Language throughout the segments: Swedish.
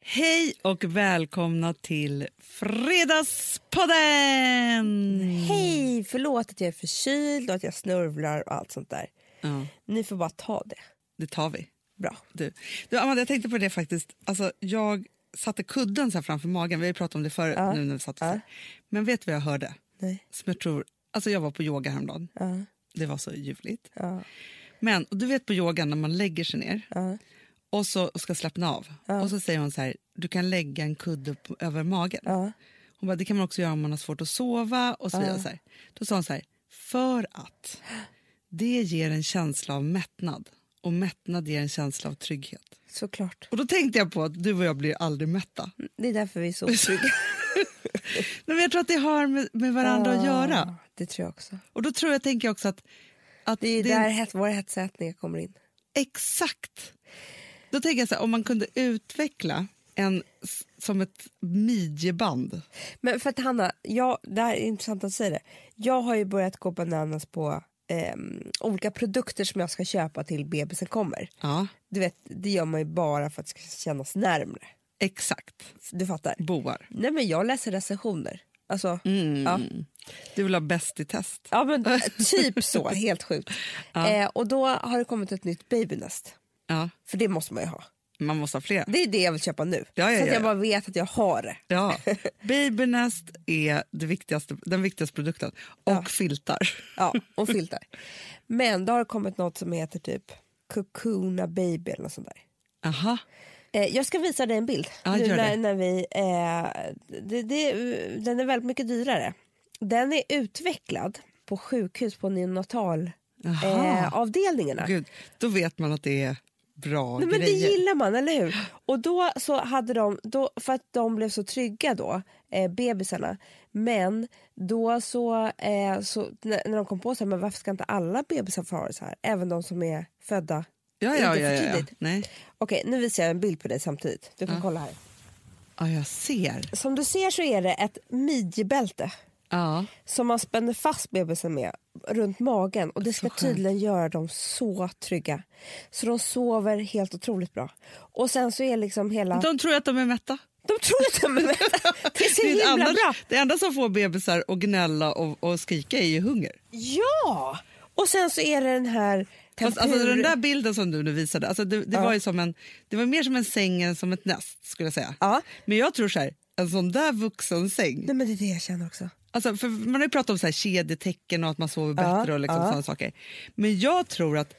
Hej och välkomna till Fredagspodden! Hej, förlåt att jag är förkyld och att jag snurvlar och allt sånt där. Ja. Ni får bara ta det. Det tar vi. Bra. Du Amanda, jag tänkte på det faktiskt. Alltså, jag satte kudden så här framför magen. Vi har ju pratat om det förut nu när vi satt så. Men vet du vad jag hörde? Nej. Som jag tror, alltså jag var på yoga häromdagen. Det var så ljuvligt. Ja. Men och du vet på yogan när man lägger sig ner och så ska slappna av. Och så säger hon så här, du kan lägga en kudde över magen. Hon bara, det kan man också göra om man har svårt att sova och så vidare. Så här. Då sa hon så här, för att det ger en känsla av mättnad. Och mättnad ger en känsla av trygghet. Såklart. Och då tänkte jag på att du och jag blir aldrig mätta. Det är därför vi är så trygga. Men jag tror att det har med varandra att göra. Det tror jag också. Och då tänker jag också att det är där våra hetsätningar kommer in. Exakt. Då tänker jag så här, om man kunde utveckla som ett midjeband. Men för att Hanna, det här är intressant att säga det. Jag har ju börjat gå bananas på olika produkter som jag ska köpa till bebisen kommer. Ja. Du vet, det gör man ju bara för att det ska kännas närmare. Exakt. Du fattar. Boar. Nej, men jag läser recensioner. Alltså, Du vill ha bäst i test. Ja, men typ så, helt sjukt. Och då har det kommit ett nytt babynest. Ja. För det måste man ju ha. Man måste ha fler. Det är det jag vill köpa nu. Ja, så att jag bara vet att jag har det. Ja. Babynest är den viktigaste produkten. Och filtar. Ja, och filtar. Men då har det kommit något som heter typ Cocoona Baby eller något sånt där. Aha. Jag ska visa dig en bild. Ja, nu gör det. när vi, den är väldigt mycket dyrare. Den är utvecklad på sjukhus på neonatal-avdelningarna. Gud, då vet man att det är bra grejer. Men det gillar man, eller hur? Och då så hade för att de blev så trygga då, bebisarna. Men då så när de kom på sig, men varför ska inte alla bebisar få ha det så här? Även de som är födda inte för tidigt. Nej. Okej, nu visar jag en bild på dig samtidigt. Du kan kolla här. Ja, jag ser. Som du ser så är det ett midjebälte. Ja. Som man spänner fast bebisen med runt magen. Och det ska tydligen göra dem så trygga. Så de sover helt otroligt bra. Och sen så är liksom hela... De tror att de är mätta. De tror att de är mätta. Det är så himla bra. Det enda som får bebisar att gnälla och skrika är ju hunger. Ja! Och sen så är det den här... Alltså, den där bilden som du nu visade, alltså det var ju det var mer som en säng än som ett nest, skulle jag säga. Ja. Men jag tror så här, en sån där vuxen säng. Nej, men det är det jag känner också. Alltså, för man har ju pratat om så här kedjetecken och att man sover bättre och liksom sådana saker. Men jag tror att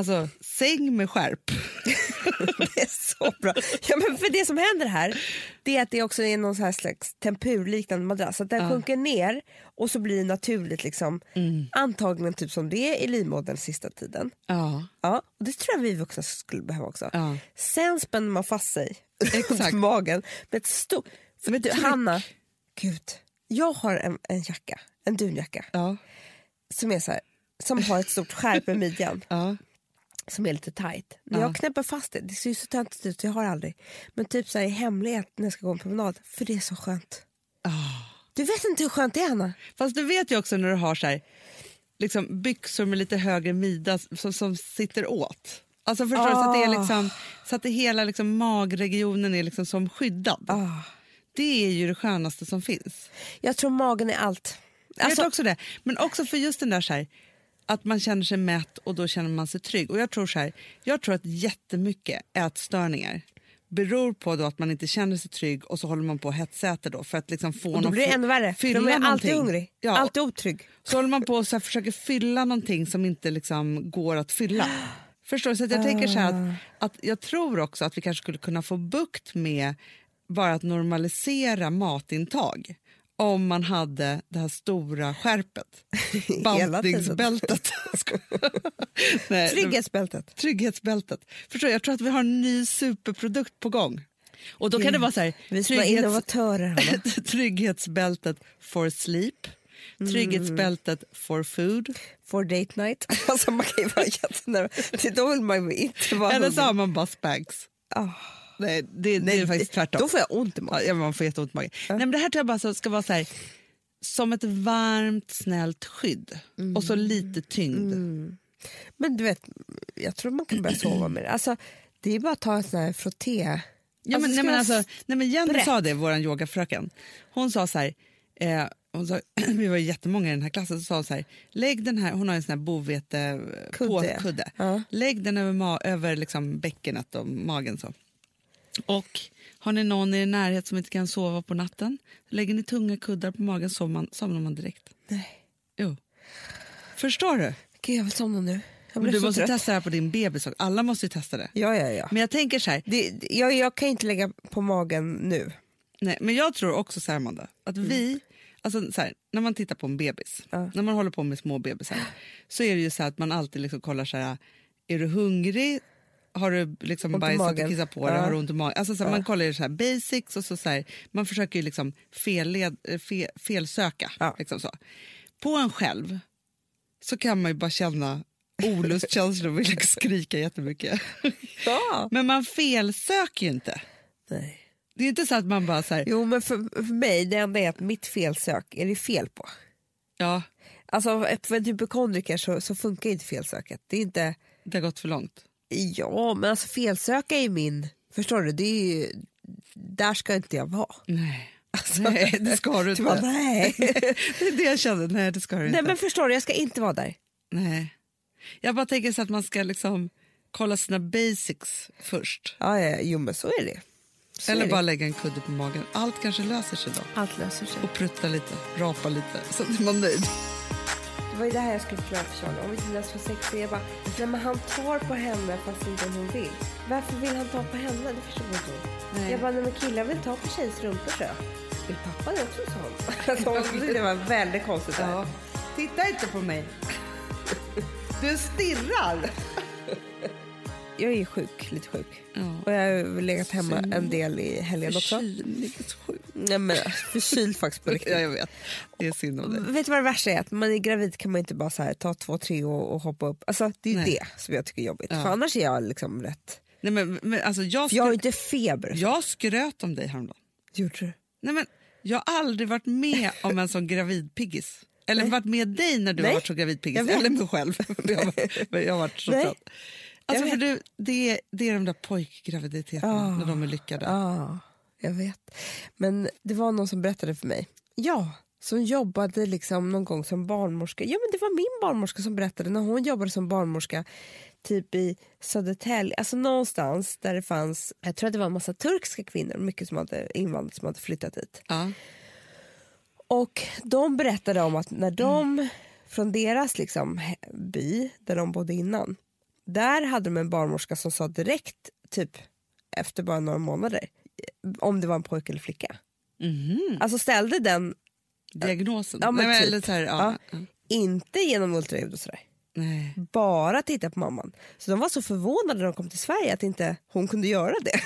säng med skärp. Det är så bra. Ja, men för det som händer här, det är att det också är någon så här slags tempurliknande madrass. Så att den sjunker ner och så blir det naturligt liksom, antagligen typ som det är i livmodern sista tiden. Ja, och det tror jag vi vuxna skulle behöva också. Sen spänner man fast sig runt magen med ett stort... För vet du, Hanna, gud, jag har en jacka, en dunjacka som är så här, som har ett stort skärp i midjan. Som är lite tight. När jag knäpper fast det ser ju så töntigt ut, jag har aldrig. Men typ så här i hemlighet när jag ska gå en promenad, för det är så skönt. Du vet inte hur skönt det är, Anna. Fast du vet ju också när du har så här, liksom byxor med lite högre midja som sitter åt. Alltså förstår du, så att det är liksom, så att det hela liksom magregionen är liksom som skyddad. Det är ju det skönaste som finns. Jag tror magen är allt. Jag tror också det. Men också för just den där så här, att man känner sig mätt och då känner man sig trygg. Och jag tror att jättemycket ätstörningar beror på då att man inte känner sig trygg och så håller man på och hetsäter då för att liksom få och då blir det ännu värre, för de är alltid hungrig, alltid otrygg. Så håller man på och så här försöker fylla någonting som inte liksom går att fylla. Förstår du? Så att jag tänker så här att jag tror också att vi kanske skulle kunna få bukt med bara att normalisera matintag. Om man hade det här stora skärpet. Bantningsbältet. Trygghetsbältet. Förstår du? Jag tror att vi har en ny superprodukt på gång. Och då kan det vara så här. Vi ska vara innovatörer. Trygghetsbältet for sleep. Trygghetsbältet for food. For date night. Alltså man kan ju vara jättenära. Då vill man inte vara... Eller så har man bussbags. Nej, det är faktiskt tvärtom. Då får jag ont i magen. Ja, man får jätteont i magen. Nej, men det här tror jag bara ska vara så här, som ett varmt, snällt skydd. Och så lite tyngd. Men du vet, jag tror man kan börja sova med det. Alltså, det är bara att ta en sån här frotté Ja, men Jenny sa det, våran yogafröken. Hon sa så här, vi var jättemånga i den här klassen, så sa så här, lägg den här, hon har en sån här bovetekudde. Ja. Lägg den över liksom bäckenet och magen så. Och har ni någon i er närhet som inte kan sova på natten, lägger ni tunga kuddar på magen, somnar man direkt. Nej. Jo. Förstår du? Okej, jag vill somna nu. Men du måste testa det här på din bebis. Alla måste ju testa det. Ja. Men jag tänker så här. Jag kan inte lägga på magen nu. Nej, men jag tror också så här, Amanda, att vi, alltså så här, när man tittar på en bebis, när man håller på med små bebisar, så är det ju så här att man alltid liksom kollar så här, är du hungrig? Har du liksom bajsat och kissat på dig? Har du ont i magen? Alltså så här, man kollar ju så här basics och så här, man försöker ju liksom felsöka. Liksom så. På en själv så kan man ju bara känna olustkänslor och vill skrika jättemycket. Ja. Men man felsöker ju inte. Nej. Det är inte så att man bara så här... Jo, men för mig, det enda är att mitt felsök är det fel på. Ja. Alltså för en hypokondriker så funkar inte felsöket. Det är inte... Det har gått för långt. Ja, men alltså felsöka är min... Förstår du? Det är ju... Där ska inte jag vara. Nej. Alltså, nej, det ska du inte. Bara, nej. Det är det jag känner. Nej, det ska du inte. Nej, men förstår du? Jag ska inte vara där. Nej. Jag bara tänker så att man ska liksom kolla sina basics först. Ja, jo, men så är det. Eller bara lägga en kudde på magen. Allt kanske löser sig då. Allt löser sig. Och prutta lite, rapa lite, så att man är nöjd. Det var ju det här jag skulle förklara för Charlie. Om vi inte ens var sexiga, jag bara, men han tar på henne fast inte hon vill. Varför vill han ta på henne? Det förstår jag inte. Jag bara, men killar vill ta på tjejs rumpor, så. Vill pappa det också, sa hon. Det var väldigt konstigt. Ja. Titta inte på mig. Du stirrar. Jag är sjuk, lite sjuk. Ja. Och jag har legat hemma en del i helgen också. Förkylligt sjuk. Nej, men förkyld faktiskt på riktigt. Ja, jag vet. Det är synd om det. Vet du vad det värsta är? Att man är gravid kan man inte bara så här, ta 2-3 och hoppa upp. Alltså det är ju det som jag tycker är jobbigt. För annars är jag liksom rätt. Nej, men alltså jag har ju inte feber. Jag skröt om dig häromdagen. Gjorde du? Nej, men jag har aldrig varit med om en sån gravidpiggis. Eller varit med dig när du har varit så gravidpiggis. Eller mig själv. Jag har varit så trött. Alltså för det är de där pojkgraviditeterna när de är lyckade. Ja, jag vet. Men det var någon som berättade för mig. Ja, som jobbade liksom någon gång som barnmorska. Ja, men det var min barnmorska som berättade när hon jobbade som barnmorska typ i Södertälje. Alltså någonstans där det fanns, jag tror att det var en massa turkiska kvinnor, mycket som hade invandrat, som hade flyttat hit. Ja. Och de berättade om att när de från deras liksom by där de bodde innan, där hade de en barnmorska som sa direkt typ efter bara några månader om det var en pojke eller flicka. Alltså ställde den diagnosen. Ja, men nej, typ. eller så här, inte genom ultraljud och sådär. Nej. Bara titta på mamman. Så de var så förvånade när de kom till Sverige att inte hon kunde göra det.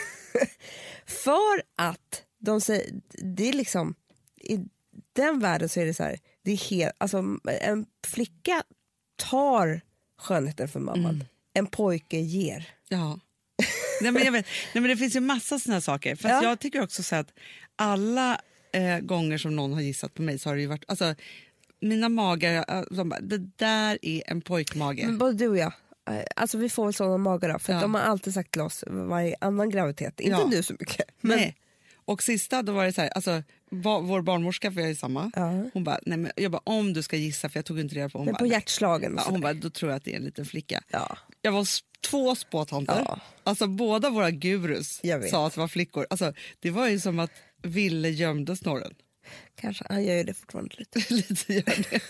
För att de säger, det är liksom i den världen så är det så här, det är helt, alltså en flicka tar skönheten för mamman. En pojke ger. Ja. Nej, men jag vet. Nej, men det finns ju massa såna saker. Fast jag tycker också så att alla gånger som någon har gissat på mig så har det ju varit, alltså mina magar, de bara, det där är en pojkmage. Men både du och jag, alltså vi får väl sådana magar då, för att de har alltid sagt till oss varje annan graviditet, inte nu så mycket. Men... Nej. Och sista då var det så här, alltså vår barnmorska, för jag är samma, hon bara, nej men jag bara, om du ska gissa, för jag tog inte reda på, hon men bara, på hjärtslagen hon bara, då tror jag att det är en liten flicka. Ja. Jag var 2 spåtanter. Alltså båda våra gurus sa att det var flickor. Alltså det var ju som att Ville gömde snorren. Kanske, han gör ju det fortfarande lite. Lite gör det.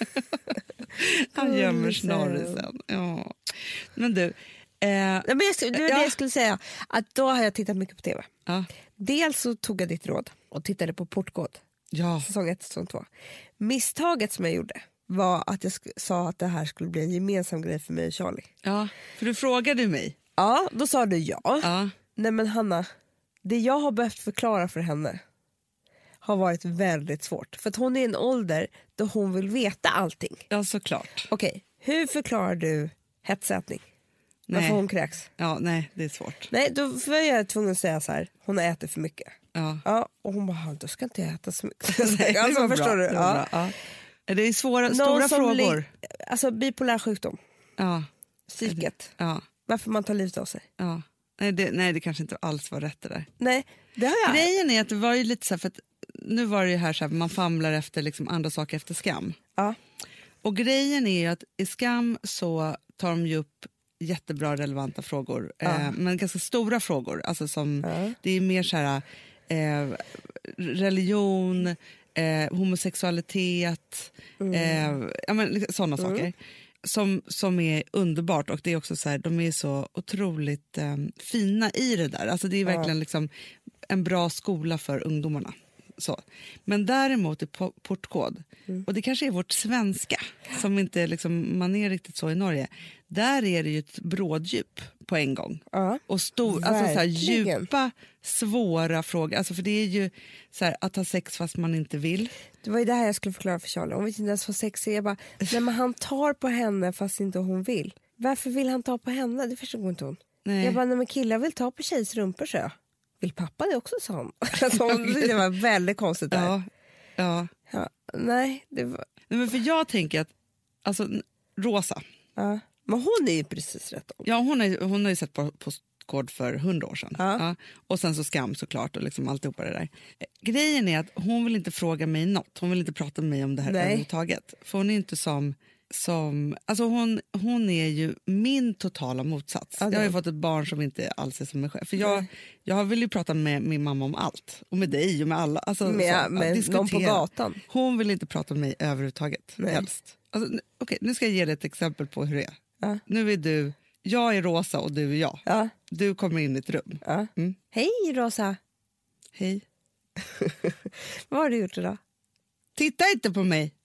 Han gömmer snorrisen. Ja. Men du... men jag skulle säga att då har jag tittat mycket på tv. Ja. Dels så tog jag ditt råd och tittade på Portkod. Säsong 1, säsong 2. Misstaget som jag gjorde var att jag sa att det här skulle bli en gemensam grej för mig och Charlie. Ja, för du frågade mig. Ja, då sa du ja. Nej men Hanna, det jag har behövt förklara för henne har varit väldigt svårt. För att hon är i en ålder då hon vill veta allting. Ja, såklart. Okej, hur förklarar du hetsätning? Varför hon kräks? Ja, nej, det är svårt. Nej, då var jag tvungen att säga så här, hon har ätit för mycket. Ja. Och hon bara, då ska inte jag äta så mycket. Nej, alltså, förstår du? Det är stora frågor. Alltså bipolär sjukdom. Ja. Psyket. Ja. Varför man tar livet av sig. Ja. Nej, det kanske inte alls var rätt det där. Nej, det har jag. Grejen är att det var ju lite så här, för att nu var det ju här så här, man famlar efter liksom andra saker efter skam. Ja. Och grejen är ju att i skam så tar de ju upp jättebra relevanta frågor, men ganska stora frågor. Alltså som, det är mer så här religion, homosexualitet, sådana saker. Som är underbart, och det är också så här, de är så otroligt fina i det där. Alltså det är verkligen liksom en bra skola för ungdomarna. Så. Men däremot i portkod, och det kanske är vårt svenska som inte liksom, man är riktigt så i Norge, där är det ju ett bråddjup på en gång. Och alltså så här, djupa, svåra frågor. Alltså för det är ju så här, att ha sex fast man inte vill. Det var ju det här jag skulle förklara för Charlie. Om vi inte ens får sex, jag bara, nej, men han tar på henne fast inte hon vill. Varför vill han ta på henne? Det förstår inte hon. Nej. Jag bara, nej men killar vill ta på tjejs rumpor, så jag. Vill pappa det också, sa han. Alltså, det var väldigt konstigt där. Ja. Nej, det var... Nej, men för jag tänker att alltså, Rosa. Ja. Men hon är ju precis rätt. Ja, hon har ju sett på kod för 100 år sedan. Ja. Och sen så skam såklart och liksom alltihopa det där. Grejen är att hon vill inte fråga mig något. Hon vill inte prata med mig om det här överhuvudtaget. För hon är inte som alltså hon är ju min totala motsats. Jag har ju fått ett barn som inte alls är som mig själv. För jag vill ju prata med min mamma om allt. Och med dig och med alla. Alltså, med någon på gatan. Hon vill inte prata med mig överhuvudtaget. Helst. Alltså, okej, nu ska jag ge dig ett exempel på hur det är. Ja. Nu är jag är Rosa och du är jag. Ja. Du kommer in i ett rum. Ja. Hej Rosa. Hej. Vad har du gjort idag? Titta inte på mig.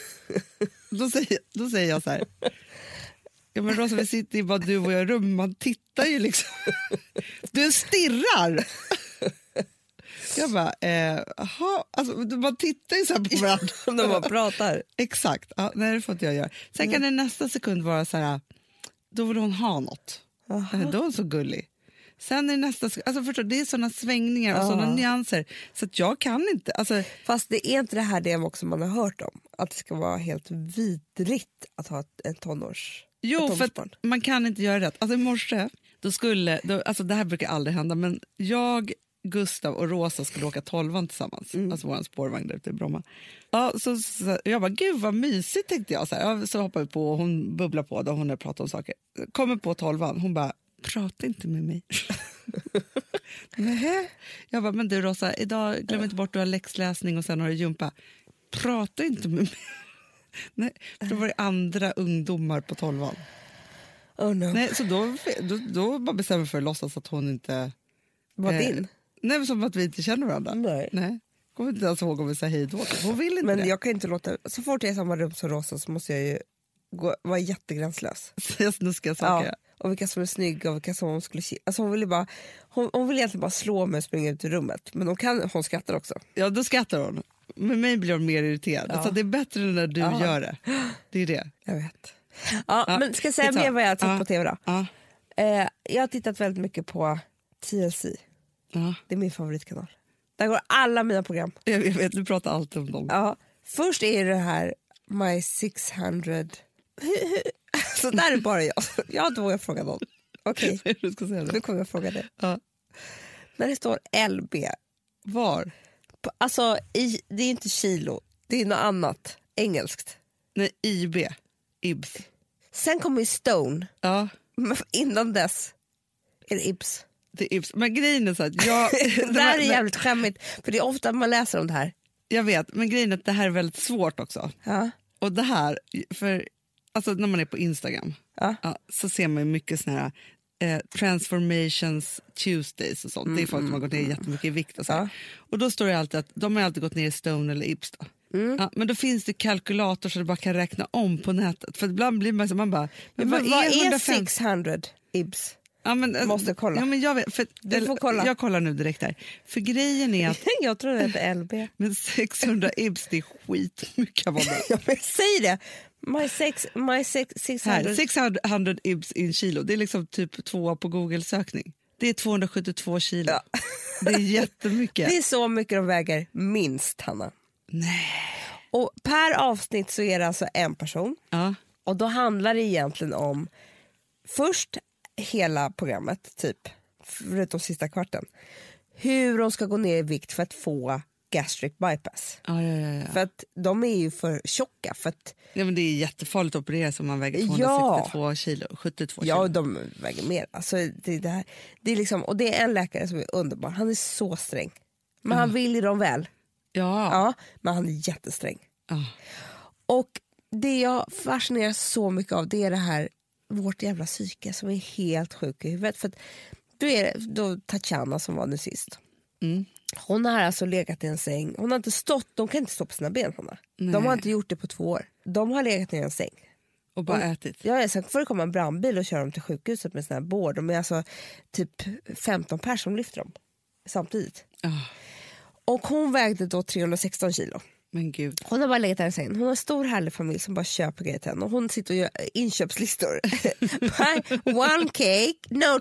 Då säger jag så här. Ja men Rosa, vi sitter ju bara du och jag i rum. Man tittar ju liksom. Du stirrar. Jag bara, alltså, man tittar ju så här på varandra. När man pratar. Exakt, nej det får inte jag göra. Sen kan det nästa sekund vara så här, då vill hon ha något. Då är hon så gullig. Sen är nästa, alltså förstår, det är såna svängningar och såna nyanser så att jag kan inte. Alltså, fast det är inte det här det också man har hört om. Att det ska vara helt vidrigt att ha en tonårsbarn. Jo, för att man kan inte göra rätt. Alltså i morse, alltså det här brukar aldrig hända, men Gustav och Rosa skulle åka 12:an tillsammans. Alltså vår spårvagn där ute i Bromma. Ja, så jag bara, gud vad mysigt tänkte jag. Så hoppar vi på och hon bubblar på då, hon har pratat om saker. Kommer på 12:an, hon bara, prata inte med mig. Nej. Jag bara, men du Rosa, idag glöm inte bort att du har läxläsning och sen har du jumpa. Prata inte med mig. Nej, för då var det andra ungdomar på 12:an. Oh no. Nej, så då bara bestämmer för att låtsas att hon inte... Var din? Nej, som att vi inte känner varandra. Nej. Kommer inte ens ihåg om vi säger hej då. Hon vill inte men det. Jag kan inte låta... Så fort jag är i samma rum som Rosa så måste jag ju vara jättegränslös. Säga snuskiga saker. Ja, och vilka som är snygga och vilka som hon skulle... Alltså hon vill egentligen bara slå mig och springa ut ur rummet. Men hon skrattar också. Ja, då skrattar hon. Med mig blir hon mer irriterad. Ja. Så det är bättre när du gör det. Det är det. Jag vet. Ja, men ska jag säga mer vad jag har tittat på tv då? Ja. Jag har tittat väldigt mycket på TLC. Ja. Det är min favoritkanal. Där går alla mina program. Jag vet, du pratar alltid om dem. Ja. Först är det här My 600... Så där är bara jag. Jag har inte vågat fråga någon. Okej, nu kommer jag fråga dig. Ja. När det står LB. Var? Alltså, det är inte kilo. Det är något annat. Engelskt. Nej, IB. Ibs. Sen kommer Stone. Ja. Men innan dess är det Ibs. Det är Ibs. Men grejen är så att jag... det här är jävligt skämmigt. För det är ofta man läser om det här. Jag vet, men grejen är att det här är väldigt svårt också. Ja. Och det här, för alltså när man är på Instagram så ser man ju mycket såna här transformations Tuesdays och sånt. Det är folk som har gått ner jättemycket i vikt och så här. Och då står det alltid att de har alltid gått ner i Stone eller Ibs då. Ja, men då finns det kalkylator så du bara kan räkna om på nätet. För ibland blir man så man bara, men vad är 600 Ibs? Ja, men, måste kolla. Ja, men jag vet, för du får kolla. Jag kollar nu direkt här. För grejen är att... jag tror det heter LB. Men 600 Ibs, det är skitmycket av det. Ja, men säg det. My 600... 600 Ibs in kilo. Det är liksom typ 2 på Google-sökning. Det är 272 kilo. Ja. Det är jättemycket. Det är så mycket de väger minst, Hanna. Nej. Och per avsnitt så är det alltså en person. Ja. Och då handlar det egentligen om... Först hela programmet, typ förutom sista kvarten, hur de ska gå ner i vikt för att få gastric bypass. Ja. För att de är ju för tjocka. För att, ja, men det är jättefarligt att operera som man väger 262 kilo, 72 kilo. Ja, de väger mer. Alltså, det är liksom, och det är en läkare som är underbar. Han är så sträng. Men han vill ju dem väl. Ja, men han är jättesträng. Och det jag fascineras så mycket av, det är det här, vårt jävla psyke som är helt sjuk i huvudet. För att då Tatjana som var nu sist. Hon har alltså legat i en säng. Hon har inte stått, de kan inte stå på sina ben. De har inte gjort det på 2 år. De har legat i en säng. Och bara ätit. Ja, sen får det komma en brandbil och köra dem till sjukhuset med såna här bord. De är alltså typ 15 personer som lyfter dem samtidigt. Och hon vägde då 316 kilo. Men gud. Hon har bara legat där i en säng. Hon har en stor härlig familj som bara köper grejer till henne. Och hon sitter och gör inköpslistor. One cake, no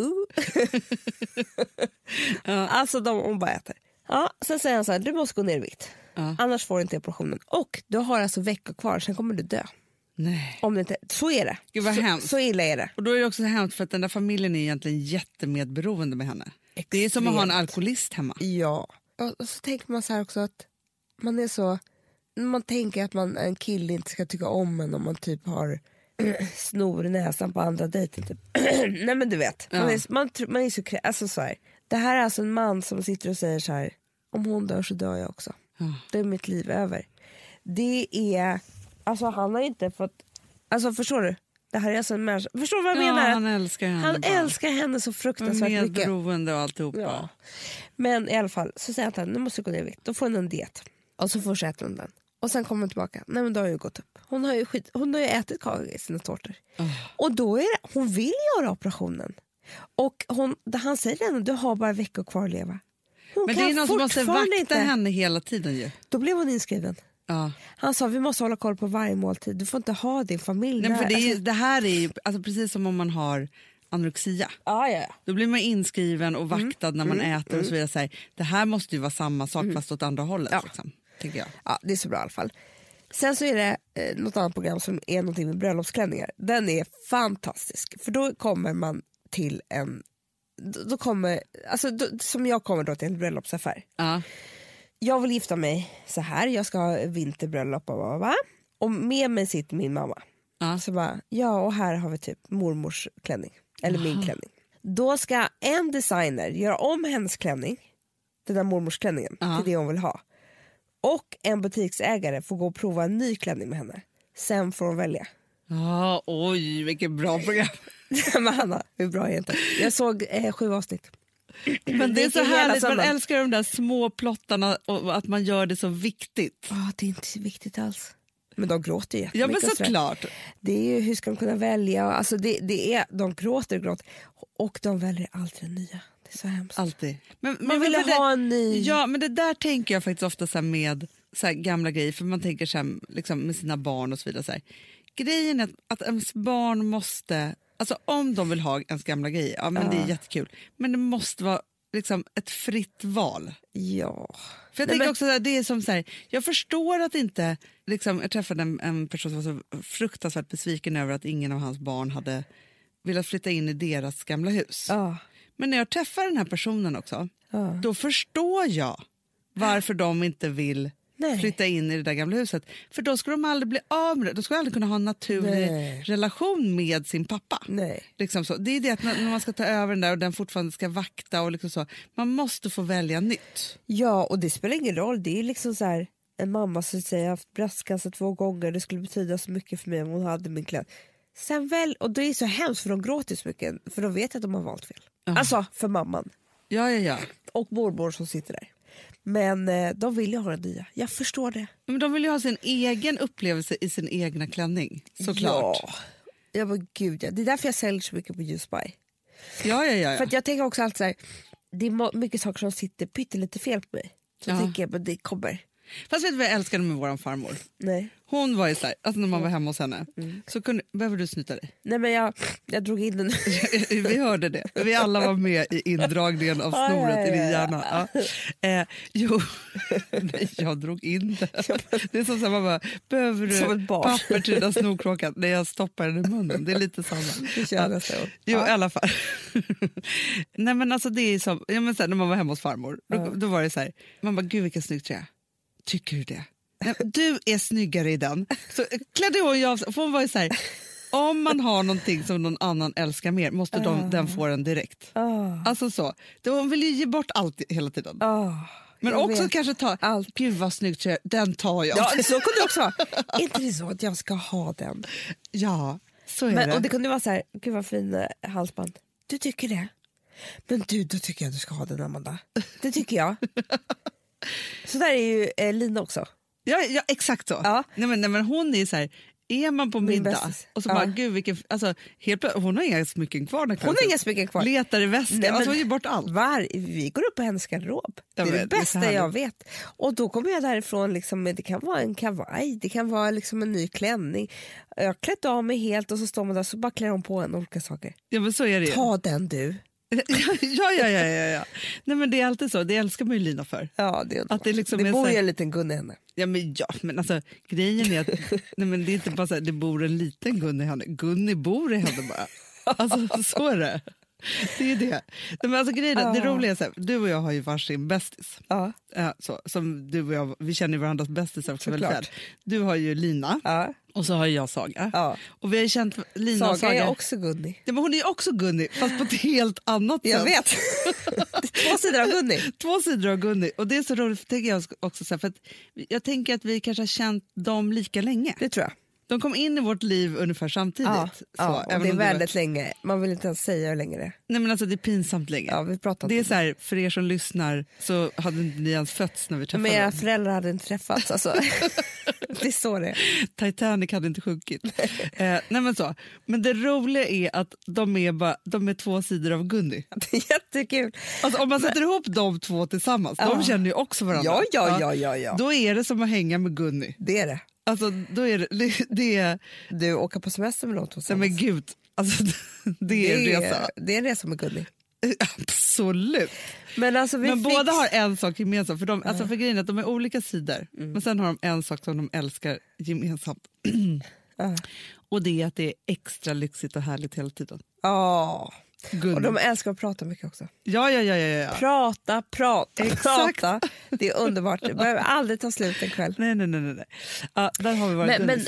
2. Alltså hon bara äter. Ja, sen säger han så här, du måste gå ner i vikt. Annars får du inte operationen. Och du har alltså veckor kvar, sen kommer du dö. Nej. Om det inte, så är det. Gud vad hemskt. Så illa är det. Och då är det också så hemskt för att den där familjen är egentligen jättemedberoende med henne. Extremt. Det är som att ha en alkoholist hemma. Ja. Och så tänker man så här också att man är så, man tänker att en kille inte ska tycka om en om man typ har snor i näsan på andra dejten typ. Nej men du vet, man är så, alltså så här. Det här är alltså en man som sitter och säger så här: om hon dör så dör jag också. Det är mitt liv över. Det är, alltså han har inte fått, alltså förstår du? Det här är alltså en människa, förstår du vad jag menar? Han älskar henne. Han älskar henne så fruktansvärt mycket. Medberoende och alltihopa. Ja. Men i alla fall så säger han, nu måste du gå ner i vikt. Då får hon en diet. Och så fortsätter hon den. Och sen kommer hon tillbaka. Nej men då har ju gått upp. Hon har ju ätit kaka i sina tårtor. Och då är det, hon vill göra operationen. Och han säger ändå, du har bara veckor kvar att leva. Men det är någon som måste vakta henne hela tiden ju. Då blev hon inskriven. Han sa, vi måste hålla koll på varje måltid. Du får inte ha din familj. Nej, för det här är ju alltså, precis som om man har anorexia. Då blir man inskriven och vaktad när man äter och så vidare. Så här, det här måste ju vara samma sak fast åt andra hållet. Liksom, tänker jag. Ja, det är så bra i alla fall. Sen så är det något annat program som är någonting med bröllopsklänningar. Den är fantastisk. För då kommer man till en... Då kommer, alltså, som jag kommer då till en bröllopsaffär. Jag vill gifta mig så här. Jag ska ha vinterbröllop och med mig sitter min mamma. Så bara, ja och här har vi typ mormors klänning. Eller min klänning. Då ska en designer göra om hennes klänning, den där mormors klänningen, till det hon vill ha. Och en butiksägare får gå och prova en ny klänning med henne. Sen får hon välja. Oj, vilket bra program. Men Hanna, hur bra är det inte? Jag såg 7 avsnitt. Men det är så härligt, man älskar de där små plottarna och att man gör det så viktigt. Det är inte viktigt alls. Men de gråter ju. Ja men såklart. Det är ju, hur ska de kunna välja? Alltså det är, de gråter. Och de väljer alltid en nya. Det är så hemskt. Alltid. Men man vill ha en ny. Ja men det där tänker jag faktiskt ofta så här med så här gamla grejer. För man tänker så här, liksom, med sina barn och så vidare. Så här. Grejen är att ens barn måste, alltså om de vill ha ens gamla grejer, ja men det är jättekul. Men det måste vara liksom ett fritt val. Ja. För jag tänker också att det är som så här, jag förstår att inte, liksom, jag träffade en person som var så fruktansvärt besviken över att ingen av hans barn hade velat flytta in i deras gamla hus. Men när jag träffar den här personen också, då förstår jag varför de inte vill flytta in i det där gamla huset. För då skulle de aldrig bli av med det. Då skulle de aldrig kunna ha en naturlig relation med sin pappa. Liksom så. Det är det att när man ska ta över den där och den fortfarande ska vakta och liksom så. Man måste få välja nytt. Ja, och det spelar ingen roll. Det är liksom så här, en mamma som säger jag har haft bröstcancer 2 gånger. Det skulle betyda så mycket för mig om hon hade min klädd. Sen väl, och det är så hemskt för de gråter så mycket. För de vet att de har valt fel. Alltså för mamman. Ja. Och mormor som sitter där. Men de vill ju ha det nya. Jag förstår det. Men de vill ju ha sin egen upplevelse i sin egna klänning. Såklart. Ja men gud ja. Det är därför jag säljer så mycket på Just Buy. Ja. För att jag tänker också alltid så här, det är mycket saker som sitter pyttelite fel på mig. Så tänker jag, men det kommer. Fast vet du vad jag älskade med våran farmor? Nej. Hon var ju så här, alltså när man var hemma hos henne så behöver du snyta dig. Nej, men jag drog in den. Vi hörde det. Vi alla var med i indragningen av snoret i din hjärna. Ja. Nej, jag drog in det. Det är som så här, man bara, behöver du papper till den snorkråkan? Nej, jag stoppar den i munnen. Det är lite samma. Jo, i alla fall. Nej, men alltså det är som, men så här, när man var hemma hos farmor, då var det så här, man bara, gud vilken snygg tröja. Tycker du det? Du är snyggare i den. Så klädde hon av sig. Hon var ju så här, om man har någonting som någon annan älskar mer måste den få den direkt. Alltså så. Hon vill ju ge bort allt hela tiden. Men också kanske ta allt. Gud vad snyggt, den tar jag. Ja, så kunde det också vara. Inte det så att jag ska ha den? Ja, så är det. Och det kunde vara så här, gud vad fin halsband. Du tycker det? Men du, då tycker jag du ska ha den, Amanda. Det tycker jag. Så där är ju Lina också. Ja, exakt så. Ja. Nej, men hon är så här, är man på middag och så bara, gud vilken, alltså, hon har inga smycken kvar. Hon har inga smycken kvar. Letar i väskan, alltså hon ger bort allt. Vi går upp på hennes garderob. Det är det bästa jag vet. Och då kommer jag därifrån, liksom, det kan vara en kavaj, det kan vara liksom en ny klänning. Jag har klätt av mig helt och så står man där så bara klär hon på en olika saker. Ja, men så är det. Ta den du. Ja. Nej, men det är alltid så. Det älskar man ju Lina för. Ja, det är att det liksom det bor ju så... en liten Gun i henne. Ja, men alltså grejen är att nej, men det är inte bara så här, det bor en liten Gun i henne. Gunni bor i henne bara. Alltså så är det. Det är det. Nej, men alltså grejen är, det roliga är så här, du och jag har ju varsin bästis. Så, som du och jag, vi känner varandras bästisar också väldigt väl. Du har ju Lina. Och så har jag Saga. Och vi har ju känt Lina och Saga. Är också Gunni. Ja, men hon är också Gunni, fast på ett helt annat sätt. Jag vet. Två sidor av Gunni. Två sidor av Gunni. Och det är så roligt, tänker jag också, så här, för att jag tänker att vi kanske har känt dem lika länge. Det tror jag. De kom in i vårt liv ungefär samtidigt. Och det är väldigt länge. Man vill inte ens säga hur länge det är. Nej, men alltså det är pinsamt länge. Ja, vi det är så här, för er som lyssnar så hade inte ni ens fötts när vi träffade dem. Men era dem. föräldrar hade inte träffats. Alltså. Det är så det. Titanic hade inte sjunkit. Nej, men så. Men det roliga är att de är två sidor av Gunni. Det är jättekul. Alltså, om man sätter ihop de två tillsammans, de känner ju också varandra. Ja. Då är det som att hänga med Gunni. Det är det. Alltså, då är det... Du åker på semester med något. Nej, men gud, alltså, det är en resa. Det är en resa med Gunni. Absolut. Men, alltså, båda har en sak gemensamt. För, alltså, för grejen är att de är olika sidor. Men sen har de en sak som de älskar gemensamt. Och det är att det är extra lyxigt och härligt hela tiden. Och de älskar att prata mycket också. Ja. Prata. Det är underbart. Det behöver aldrig ta slut en kväll. Nej. Där har vi varit men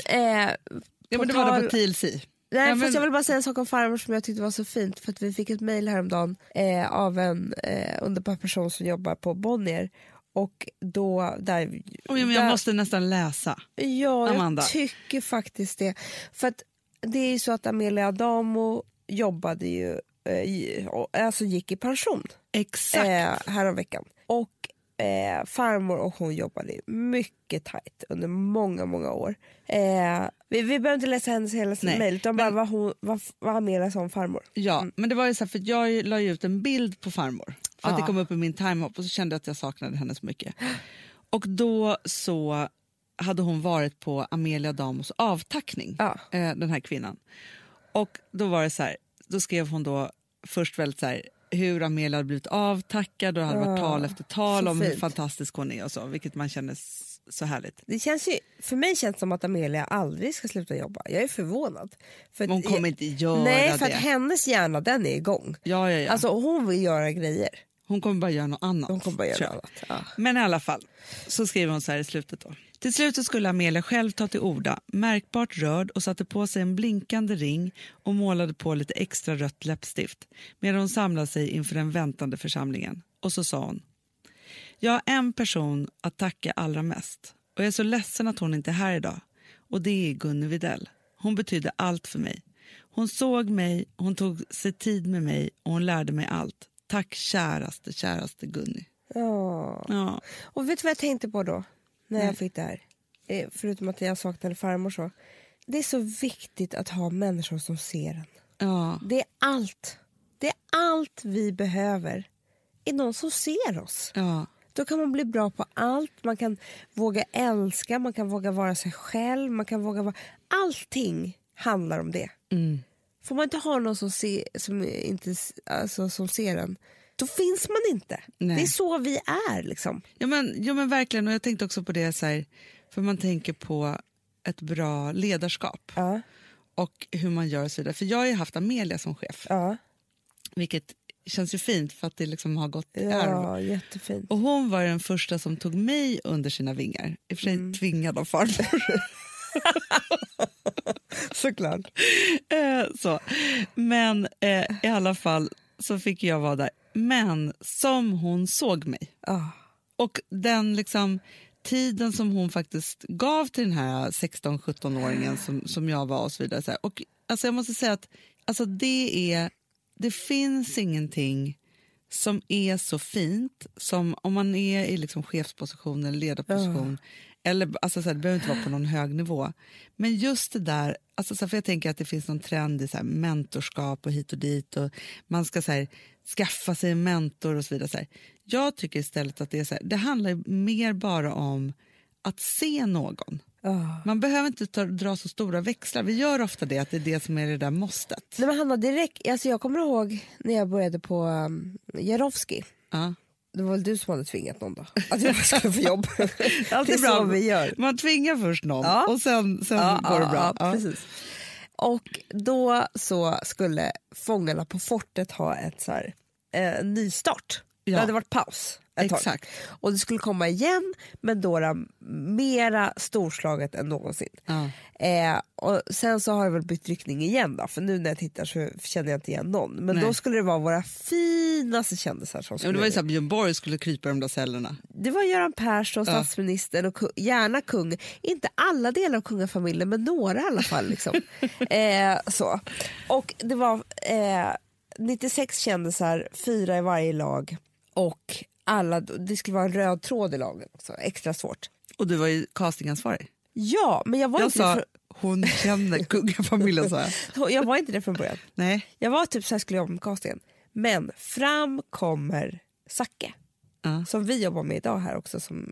det var det på TLC. Nej, fast jag vill bara säga en sak om farmor som jag tyckte var så fint. För att vi fick ett mejl häromdagen av en underbar person som jobbar på Bonnier. Och då jag måste nästan läsa. Ja, Amanda. Jag tycker faktiskt det. För att det är ju så att Amelia Adamo jobbade ju alltså gick i pension. Exakt. Häromveckan. Och farmor och hon jobbade mycket tajt under många år. Vi behöver inte läsa hennes hela mejl utan bara vad Amelia sa om farmor. Ja, men det var ju så här, för jag la ut en bild på farmor. För att det kom upp i min timehop och så kände jag att jag saknade henne så mycket. Och då så hade hon varit på Amelia Adamos avtackning, den här kvinnan. Och då var det så här, då skrev hon då först väldigt så här, hur Amelia hade blivit avtackad och hade varit tal efter tal om hur fantastisk hon är och så, vilket man känner så härligt. Det känns ju, för mig känns det som att Amelia aldrig ska sluta jobba. Jag är förvånad. För hon kommer inte göra det. Nej, för att hennes hjärna, den är igång. Ja. Alltså hon vill göra grejer. Hon kommer bara göra något annat. Men i alla fall så skriver hon så här i slutet då. Till slut så skulle Amelia själv ta till orda, märkbart rörd, och satte på sig en blinkande ring och målade på lite extra rött läppstift medan hon samlade sig inför den väntande församlingen. Och så sa hon: jag har en person att tacka allra mest och jag är så ledsen att hon inte är här idag. Och det är Gunni Widell. Hon betydde allt för mig. Hon såg mig, hon tog sig tid med mig och hon lärde mig allt. Tack käraste Gunni. Ja. Och vet du vad jag tänkte på då? När jag fick det här. Förutom att jag saknade farmor så. Det är så viktigt att ha människor som ser en. Ja. Det är allt. Det är allt vi behöver. Är någon som ser oss. Ja. Då kan man bli bra på allt. Man kan våga älska, man kan våga vara sig själv, man kan våga vara... Allting handlar om det. Får man inte ha någon som ser en, då finns man inte. Nej. Det är så vi är liksom. Ja men verkligen, och jag tänkte också på det så här, för man tänker på ett bra ledarskap. Och hur man gör och så vidare. För jag har ju haft Amelia som chef. Vilket känns ju fint för att det liksom har gått i arv. Ja, jättefint. Och hon var den första som tog mig under sina vingar. I och för sig tvingad av farmor. Såklart. Så. Men i alla fall så fick jag vara där. Men som hon såg mig. Och den liksom tiden som hon faktiskt gav till den här 16-17-åringen som jag var och så vidare. Så här. Och alltså jag måste säga att alltså det finns ingenting som är så fint som om man är i liksom chefsposition eller ledarposition. Eller, alltså, så här, det behöver inte vara på någon hög nivå. Men just det där, alltså, så här, för jag tänker att det finns någon trend i så här, mentorskap och hit och dit. Och man ska så här, skaffa sig en mentor och så vidare. Så här. Jag tycker istället att det är så här, det handlar mer bara om att se någon. Man behöver inte dra så stora växlar. Vi gör ofta det, att det är det som är det där måstet. Nej, men Hanna, direkt, alltså jag kommer ihåg när jag började på Jarowski. Det var väl du som hade tvingat någon då? Att jag skulle få jobb. Det är bra. Så vi gör. Man tvingar först någon och sen går det bra. Ja, precis. Och då så skulle Fångarna på fortet ha ett så här, nystart. Det hade varit paus ett tag. Exakt. Och det skulle komma igen, men då mera storslaget än någonsin. Och sen så har det väl bytt riktning igen då, för nu när jag tittar så känner jag inte igen någon. Men då skulle det vara våra finaste kändisar som skulle... Det var ju så att Björn Borg skulle krypa i de där cellerna. Det var Göran Persson, statsministern och gärna kung. Inte alla delar av kungafamiljen, men några i alla fall. Liksom. Så. Och det var 96 kändisar, 4 i varje lag. Och alla, det skulle vara en röd tråd i lagen också, extra svårt. Och du var ju castingansvarig. Ja, men jag var inte... Hon känner kungafamiljen, sa jag. Jag var inte det från början. Nej. Jag var typ så här, skulle jobba med castingen. Men fram kommer Zacke. Som vi jobbar med idag här också, som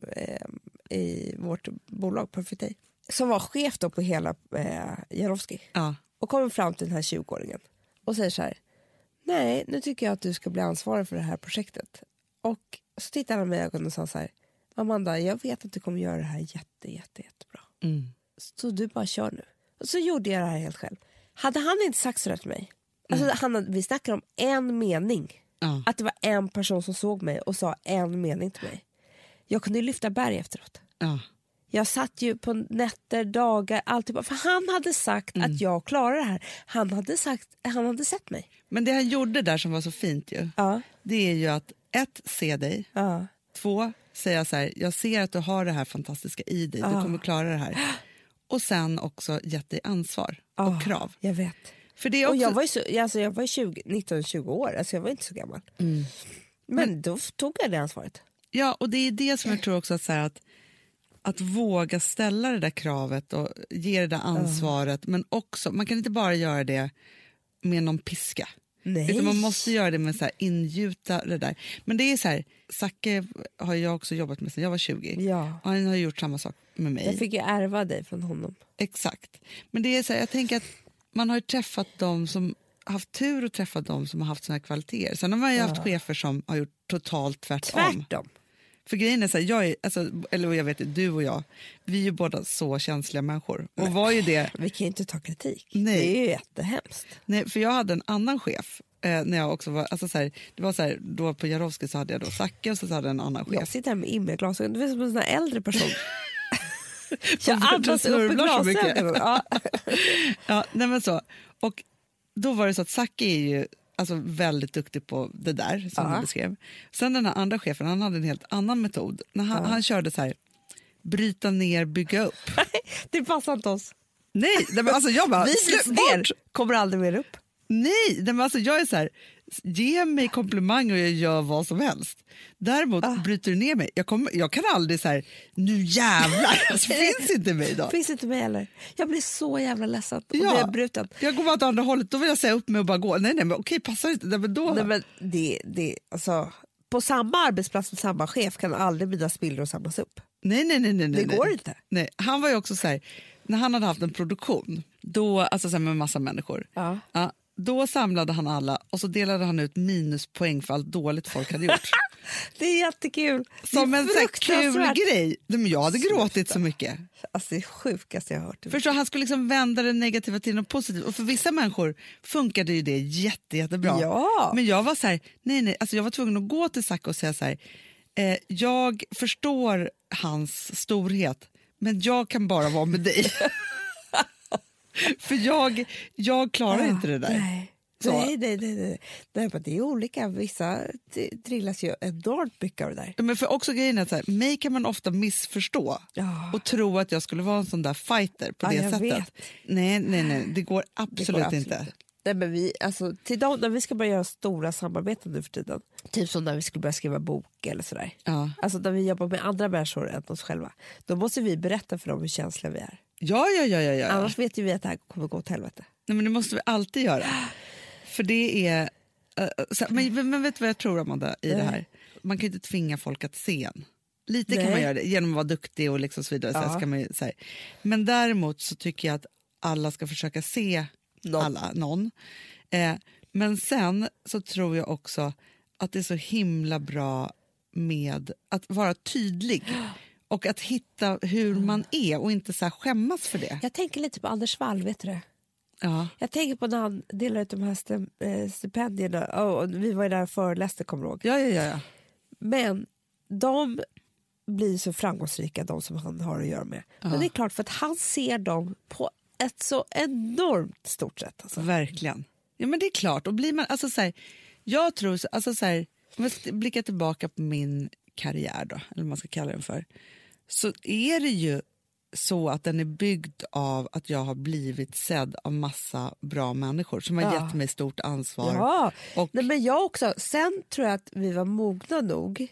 i vårt bolag Perfect Day. Som var chef då på hela Jarowski. Och kommer fram till den här 20-åringen. Och säger så här: nej, nu tycker jag att du ska bli ansvarig för det här projektet. Och så tittar han med ögonen och sa så här: Amanda, jag vet att du kommer göra det här jättebra. Så du bara kör nu. Och så gjorde jag det här helt själv. Hade han inte sagt så där till mig, alltså, vi snackar om en mening. Att det var en person som såg mig och sa en mening till mig. Jag kunde lyfta berg efteråt. Jag satt ju på nätter, dagar, alltid. För han hade sagt att jag klarar det här. Han hade sett mig. Men det han gjorde där som var så fint ju, det är ju att 1, se dig. 2, säga så här: jag ser att du har det här fantastiska i dig. Du kommer klara det här. Och sen också gett dig ansvar och krav. Jag vet. För det är också... Och jag var 19-20 år. Alltså jag var inte så gammal. Men då tog jag det ansvaret. Ja, och det är det som jag tror också att, så här, att våga ställa det där kravet och ge det där ansvaret. Men också, man kan inte bara göra det med någon piska. Nej. Utan man måste göra det med så här, ingjuta det där. Men det är så här, Zacke har jag också jobbat med sedan jag var 20. Ja. Och han har gjort samma sak med mig. Jag fick ju ärva dig från honom. Exakt. Men det är så här, jag tänker att man har ju träffat dem som haft tur att träffa dem som har haft såna här kvaliteter. Sen har man ju haft chefer som har gjort totalt tvärtom. För grejen är så här, jag vet, du och jag, vi är ju båda så känsliga människor. Och var ju det... Vi kan ju inte ta kritik. Nej. Det är ju jättehemskt. Nej, för jag hade en annan chef när jag också var, alltså så här, det var så här, då på Jarowski så hade jag då Zacke och så hade jag en annan chef. Jag sitter här med Imme-glasögon, du är som en sån här äldre person. Jag andas upp i glasögonen. Ja, nej men så. Och då var det så att Zacke är ju alltså väldigt duktig på det där som du beskrev. Sen den här andra chefen, han hade en helt annan metod. När han körde så här, bryta ner, bygga upp. Det passar inte oss. Nej, men alltså jag bara, vi slås ner, kommer aldrig mer upp. Nej, men alltså jag är så här, ge mig komplimang och jag gör vad som helst. Däremot bryter du ner mig. Jag kan aldrig så här, nu jävlar, alltså, finns inte mig då. Finns inte mig heller. Jag blir så jävla ledsen och blir bruten. Jag går bara åt andra hållet, då vill jag säga upp mig och bara gå. Nej men okej, passar inte. Nej, men då... Nej, men det alltså, på samma arbetsplats med samma chef kan aldrig mina spillror samlas upp. Nej. Det går inte. Nej, han var ju också så här, när han hade haft en produktion, då, alltså så här med massa människor, ja, då samlade han alla och så delade han ut minuspoäng för allt dåligt folk hade gjort. Det är jättekul. Som en så här kul grej. Men jag hade gråtit så mycket. Alltså det är sjukaste jag har hört. Förstår, han skulle liksom vända det negativa till något positivt. Och för vissa människor funkade ju det jättebra. Ja. Men jag var så här, nej, alltså jag var tvungen att gå till Zacke och säga så här, jag förstår hans storhet, men jag kan bara vara med dig. För jag klarar inte det där. Nej. Nej, men det är olika. Vissa trillas ju enormt mycket av det där. Men för också grejen är att så här, mig kan man ofta missförstå och tro att jag skulle vara en sån där fighter på det sättet. Vet. Nej, det går absolut inte. Nej, men vi, alltså, till dem, när vi ska börja göra stora samarbeten nu för tiden, typ som när vi skulle börja skriva bok eller sådär, alltså när vi jobbar med andra människor än oss själva, då måste vi berätta för dem hur känsliga vi är. Ja. Annars vet ju vi att det här kommer gå åt helvete. Nej, men det måste vi alltid göra. För det är... men vet du vad jag tror, Amanda, i det här? Man kan inte tvinga folk att se en. Lite kan man göra det, genom att vara duktig och liksom så vidare. Så ska man ju, så här. Men däremot så tycker jag att alla ska försöka se någon. Men sen så tror jag också att det är så himla bra med att vara tydlig. Och att hitta hur man är och inte så här skämmas för det. Jag tänker lite på Anders Wall, vet du det? Ja. Jag tänker på när han delade ut de här stipendierna. Vi var ju där och föreläste, kommer du ihåg? Ja. Men de blir så framgångsrika, de som han har att göra med. Men det är klart, för att han ser dem på ett så enormt stort sätt. Alltså. Verkligen. Ja, men det är klart. Och blir man, alltså, så här, jag tror, alltså, så här, om jag blickar tillbaka på min karriär då, eller vad man ska kalla den för, så är det ju så att den är byggd av att jag har blivit sedd av massa bra människor som har gett mig stort ansvar. Ja, och... Nej, men jag också. Sen tror jag att vi var mogna nog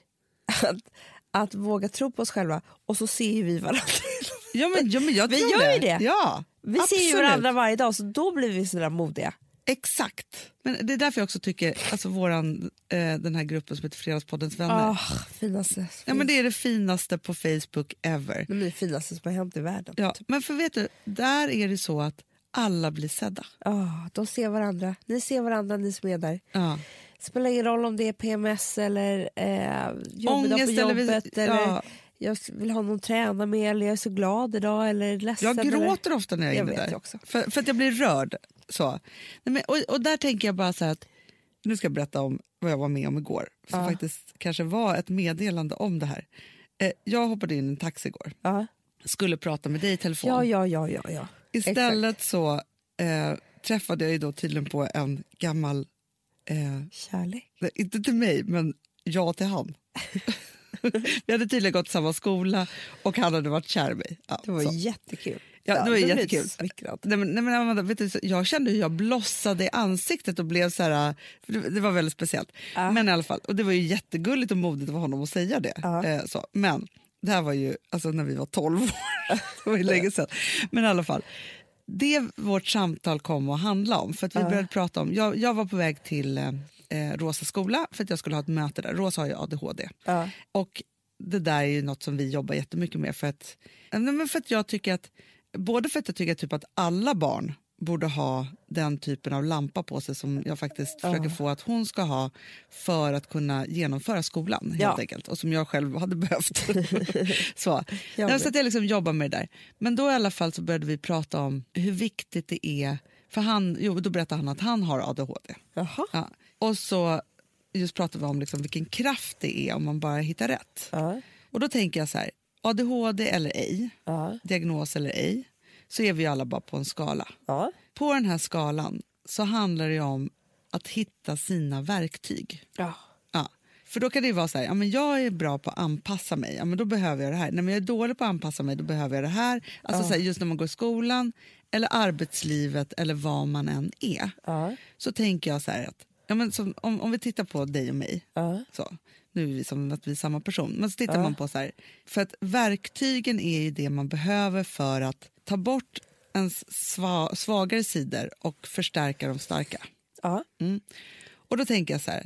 att våga tro på oss själva, och så ser vi varandra. Ja, men jag vi tror gör ju det. Ja, vi ser ju varandra varje dag, så då blir vi sådär modiga. Exakt. Men det är därför jag också tycker, alltså den här gruppen som heter Fredagspoddens vänner. Finaste. Ja, men det är det finaste på Facebook ever. Det är det finaste som har hänt i världen. Ja, men för vet du, där är det så att alla blir sedda. De ser varandra. Ni ser varandra, ni som är där. Spelar ingen roll om det är PMS eller jobbet på jobbet eller jag vill ha någon träna med, eller jag är så glad idag eller ledsen. Jag gråter ofta när jag är inne där. Också. För att jag blir rörd. Så. Nej, men, och där tänker jag bara så här att nu ska jag berätta om vad jag var med om igår. Som faktiskt kanske var ett meddelande om det här. Jag hoppade in i en taxi igår. Skulle prata med dig i telefon. Ja. Istället så träffade jag ju då tydligen på en gammal... kärlek? Inte till mig, men jag till han. Vi hade tydligen gått samma skola och han hade varit kär i mig. Ja, det var jättekul. Ja, det var jättekul. Nej, men, vet du, jag kände hur jag blossade i ansiktet och blev så här, det var väldigt speciellt. Men i alla fall, och det var ju jättegulligt och modigt av honom att säga det. Så. Men det här var ju alltså när vi var 12 år. Det var ju länge sedan. Men i alla fall, det vårt samtal kom att handla om. För att vi började prata om, jag var på väg till Rosa skola för att jag skulle ha ett möte där. Rosa har ju ADHD. Och det där är ju något som vi jobbar jättemycket med för att jag tycker att, både för att jag tycker typ att alla barn borde ha den typen av lampa på sig som jag faktiskt försöker få att hon ska ha för att kunna genomföra skolan helt enkelt, och som jag själv hade behövt. Så att jag liksom jobbar med det där. Men då i alla fall så började vi prata om hur viktigt det är för då berättade han att han har ADHD. Ja. Och så just pratade vi om liksom vilken kraft det är om man bara hittar rätt. Och då tänker jag så här, ADHD eller ej, diagnos eller ej, så är vi alla bara på en skala. På den här skalan så handlar det om att hitta sina verktyg. För då kan det vara så här, ja, men jag är bra på att anpassa mig, ja, men då behöver jag det här. När jag är dålig på att anpassa mig, då behöver jag det här. Alltså så här, just när man går i skolan eller arbetslivet eller vad man än är. Så tänker jag så här att, ja, men som, om vi tittar på dig och mig, så, nu är vi som att vi är samma person, men så tittar man på så här, för att verktygen är ju det man behöver för att ta bort ens svagare sidor och förstärka de starka. Och då tänker jag så här,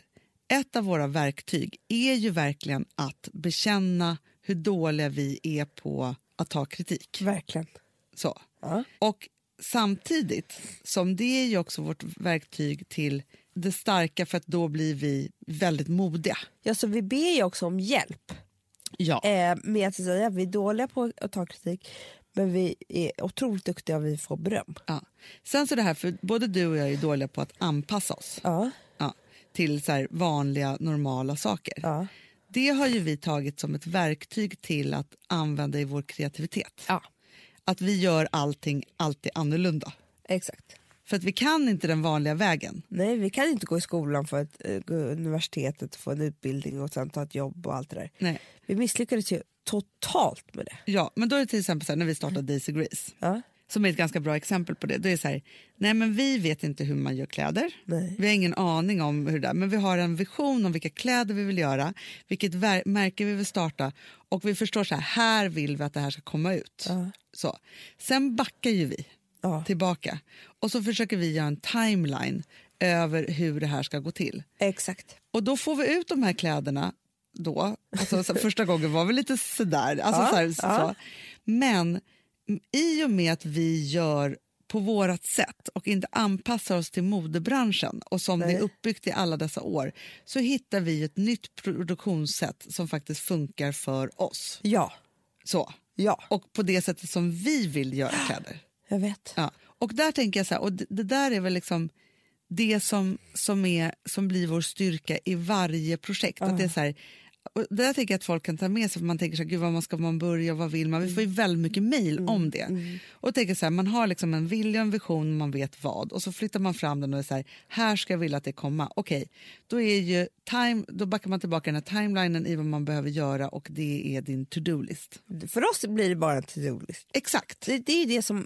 ett av våra verktyg är ju verkligen att bekänna hur dåliga vi är på att ta kritik. Verkligen. Så. Ja. Och samtidigt som det är ju också vårt verktyg till det starka, för att då blir vi väldigt modiga. Ja, så vi ber ju också om hjälp. Ja. Med att säga att vi är dåliga på att ta kritik, men vi är otroligt duktiga och vi får beröm. Ja. Sen så det här, för både du och jag är dåliga på att anpassa oss till så här vanliga, normala saker. Ja. Det har ju vi tagit som ett verktyg till att använda i vår kreativitet. Ja. Att vi gör allting alltid annorlunda. Exakt. För att vi kan inte den vanliga vägen. Nej, vi kan inte gå i skolan för att gå universitetet, få en utbildning och sen ta ett jobb och allt det där. Nej. Vi misslyckades ju totalt med det. Ja, men då är det till exempel så här, när vi startade Daisy Grace. Ja. Som är ett ganska bra exempel på det. Då är det så här, nej men vi vet inte hur man gör kläder. Nej. Vi har ingen aning om hur det är. Men vi har en vision om vilka kläder vi vill göra. Vilket märke vi vill starta. Och vi förstår så här vill vi att det här ska komma ut. Ja. Så. Sen backar ju vi tillbaka. Och så försöker vi göra en timeline över hur det här ska gå till. Exakt. Och då får vi ut de här kläderna då. Alltså, så första gången var vi lite sådär. Alltså, så. Men i och med att vi gör på vårat sätt och inte anpassar oss till modebranschen och som det är uppbyggt i alla dessa år, så hittar vi ett nytt produktionssätt som faktiskt funkar för oss. Ja. Så. Ja. Och på det sättet som vi vill göra kläder. Jag vet. Ja. Och där tänker jag så här, och det där är väl liksom det som blir vår styrka i varje projekt. Att det är så här, och det där tänker jag att folk kan ta med sig, för man tänker så här, gud vad ska man börja och vad vill man? Vi får ju väldigt mycket mejl om det. Och tänker så här, man har liksom en vilja, en vision, man vet vad, och så flyttar man fram den och är så här ska jag vilja att det komma. Okej, då är ju då backar man tillbaka den här timelinen i vad man behöver göra, och det är din to-do-list. För oss blir det bara en to-do-list. Exakt. Det är det som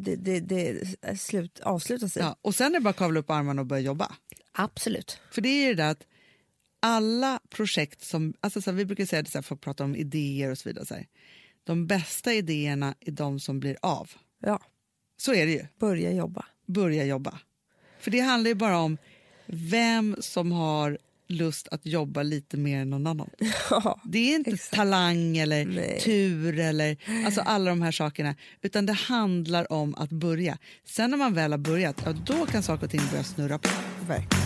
det avslutas i. Ja, och sen är det bara att kavla upp armarna och börja jobba. Absolut. För det är ju det att alla projekt som, alltså så här, vi brukar säga det så här, folk pratar om idéer och så vidare så här. De bästa idéerna är de som blir av. Ja. Så är det ju. Börja jobba. För det handlar ju bara om vem som har lust att jobba lite mer än någon annan. Ja, det är inte talang eller tur eller alltså alla de här sakerna, utan det handlar om att börja. Sen när man väl har börjat, då kan saker och ting börja snurra på. Verkligen.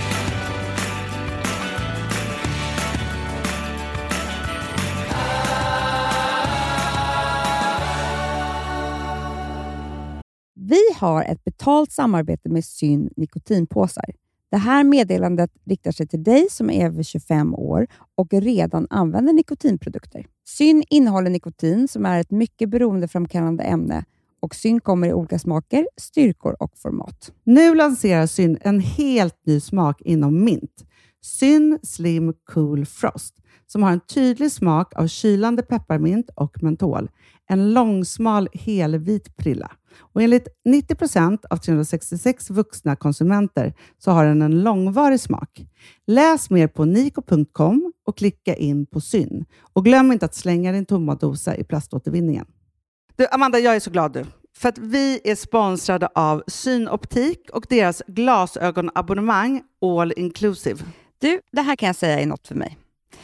Vi har ett betalt samarbete med Syn nikotinpåsar. Det här meddelandet riktar sig till dig som är över 25 år och redan använder nikotinprodukter. Syn innehåller nikotin som är ett mycket beroendeframkallande ämne, och Syn kommer i olika smaker, styrkor och format. Nu lanserar Syn en helt ny smak inom mint. Syn Slim Cool Frost, som har en tydlig smak av kylande pepparmint och mentol. En långsmal helvit prilla. Och enligt 90% av 366 vuxna konsumenter så har den en långvarig smak. Läs mer på niko.com och klicka in på Syn. Och glöm inte att slänga din tomma dosa i plaståtervinningen. Du, Amanda, jag är så glad du. För att vi är sponsrade av Synoptik och deras glasögonabonnemang All Inclusive. Du, det här kan jag säga är något för mig.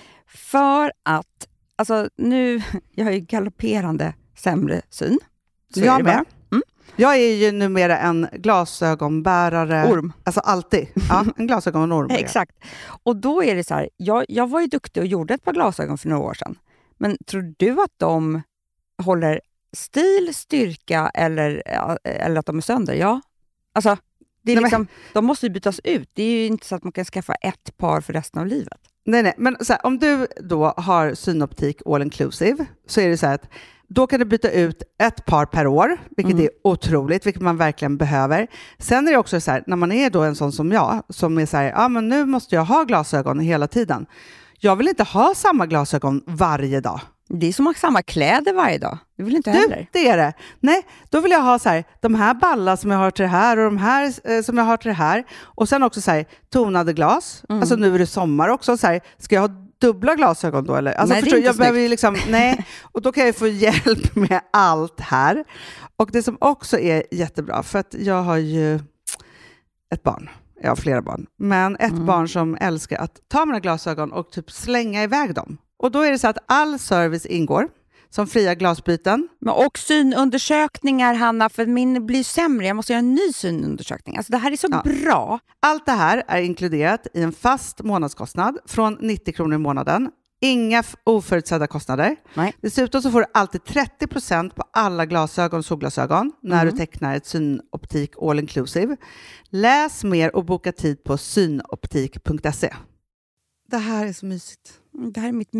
För att, alltså nu, jag har ju galopperande sämre syn. Så jag är det med. Jag är ju numera en glasögonbärare. Orm. Alltså alltid. Ja, en glasögonorm. Exakt. Och då är det så här, jag var ju duktig och gjorde ett par glasögon för några år sedan. Men tror du att de håller stil, styrka eller att de är sönder? Ja. Alltså, det är liksom, de måste ju bytas ut. Det är ju inte så att man kan skaffa ett par för resten av livet. Nej, men så här, om du då har Synoptik All Inclusive så är det så här att då kan du byta ut ett par per år, vilket är otroligt, vilket man verkligen behöver. Sen är det också så här, när man är då en sån som jag, som är så här, men nu måste jag ha glasögon hela tiden. Jag vill inte ha samma glasögon varje dag. Det är som att ha samma kläder varje dag. Det vill inte heller. Det är det. Nej, då vill jag ha så här, de här ballar som jag har till det här och de här som jag har till det här. Och sen också så här, tonade glas. Alltså nu är det sommar också. Så här, ska jag ha dubbla glasögon då? Eller? Alltså, nej, förstår, jag behöver ju liksom, nej. Och då kan jag få hjälp med allt här. Och det som också är jättebra, för att jag har ju ett barn. jag har flera barn, men ett barn som älskar att ta mina glasögon och typ slänga iväg dem. Och då är det så att all service ingår, som fria glasbyten. Men och synundersökningar, Hanna, för min blir sämre. Jag måste göra en ny synundersökning. Alltså det här är så bra. Allt det här är inkluderat i en fast månadskostnad från 90 kronor i månaden. Inga oförutsedda kostnader. Nej. Dessutom så får du alltid 30% på alla glasögon och solglasögon när du tecknar ett synoptik all inclusive. Läs mer och boka tid på synoptik.se. Det här är så mysigt. Det här är mitt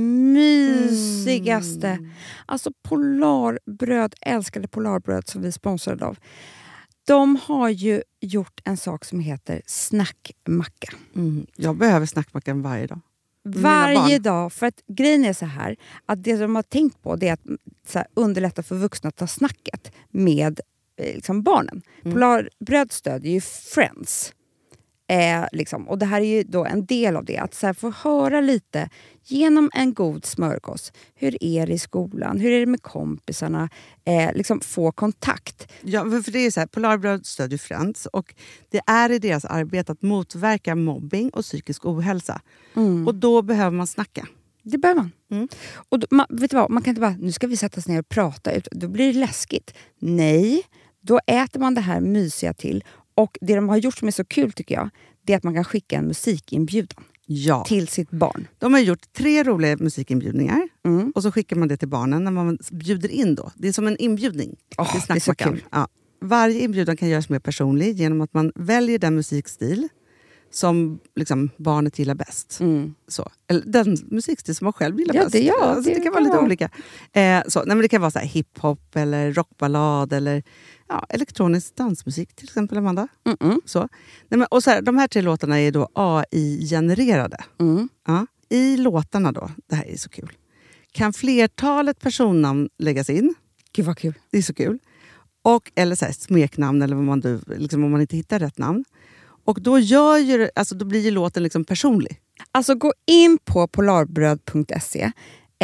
mysigaste. Alltså Polarbröd, älskade Polarbröd som vi sponsrade av. De har ju gjort en sak som heter snackmacka. Jag behöver snackmackan varje dag. Varje dag, för att grejen är så här att det de har tänkt på det är att så här, underlätta för vuxna att ta snacket med liksom, barnen. Polarbröd stödjer ju Friends. Liksom. Och det här är ju då en del av det. Att så här, få höra lite genom en god smörgås. Hur är det i skolan? Hur är det med kompisarna? Liksom få kontakt. Ja, för det är så här, Polarbröd stödjer Friends och det är i deras arbete att motverka mobbing och psykisk ohälsa. Och då behöver man snacka. Det behöver man. Och då, vet du vad? Man kan inte bara, nu ska vi sätta oss ner och prata ut. Då blir det läskigt. Nej, då äter man det här mysiga till. Och det de har gjort som är så kul tycker jag, det är att man kan skicka en musikinbjudan till sitt barn. De har gjort 3 roliga musikinbjudningar och så skickar man det till barnen när man bjuder in då. Det är som en inbjudning till snackmackan. Det är så kul. Ja. Varje inbjudan kan göras mer personlig genom att man väljer den musikstil som liksom barnet gillar bäst. Så. Eller den musikstil som man själv gillar bäst. Det kan vara lite olika. Nej, men det kan vara så här hiphop eller rockballad eller elektronisk dansmusik till exempel, Amanda. Så. Nej, men, och så här, de här 3 låtarna är då AI-genererade. Ja. I låtarna då, det här är så kul, kan flertalet personnamn läggas in. Gud vad kul. Det är så kul. Eller så här, smeknamn eller vad man, liksom, om man inte hittar rätt namn. Och då, då blir ju låten liksom personlig. Alltså gå in på polarbröd.se,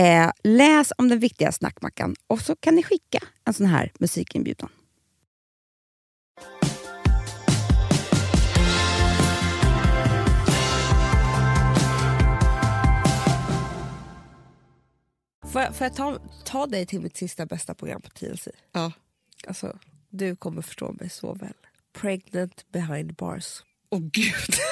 läs om den viktiga snackmackan och så kan ni skicka en sån här musikinbjudan. Får jag ta dig till mitt sista bästa program på TLC? Ja. Alltså, du kommer förstå mig så väl. Pregnant behind bars. Åh gud.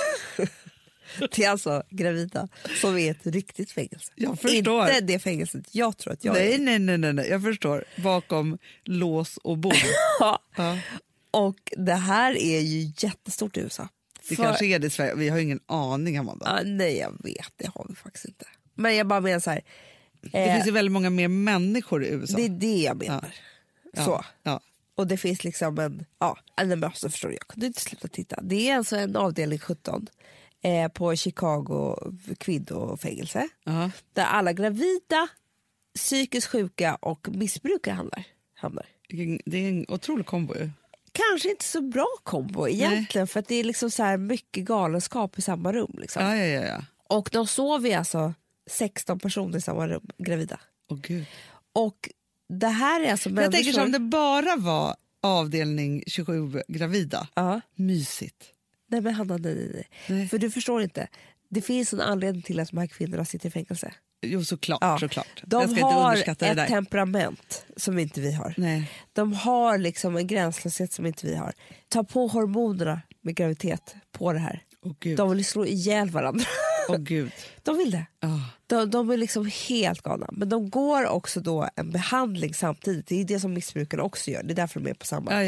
Det är alltså gravida som är ett riktigt fängelse. Jag förstår. Inte det fängelset jag tror att jag är. Nej. Jag förstår. Bakom lås och bord. Ja. Och det här är ju jättestort i USA. Det kanske är det i Sverige. Vi har ju ingen aning, Amanda. Nej, jag vet. Det har vi faktiskt inte. Men jag bara menar så här. Det finns ju väldigt många mer människor i USA. Det är det jag menar. Ja. Så. Ja. Och det finns liksom en förstår jag kunde inte sluta titta. Det är alltså en avdelning 17 på Chicago kvinnofängelse. Där alla gravida, psykiskt sjuka och missbrukare hamnar. Det är en otrolig kombo ju. Kanske inte så bra kombo egentligen. Nej. För att det är liksom så här mycket galenskap i samma rum. Liksom. Ja. Och då sover alltså 16 personer i samma rum, gravida. Åh gud. Och det här är alltså jag tänker som det bara var avdelning 27 gravida. Mysigt. Nej men Hanna, nej. För du förstår inte. Det finns en anledning till att de här kvinnorna sitter i fängelse. Jo, såklart. De har ett temperament som inte vi har. Nej. De har liksom en gränslöshet som inte vi har. Ta på hormonerna med graviditet på det här. De vill slå ihjäl varandra. Gud. De vill det. De är liksom helt galna. Men de går också då en behandling samtidigt. Det är det som missbrukarna också gör. Det är därför de är på samma.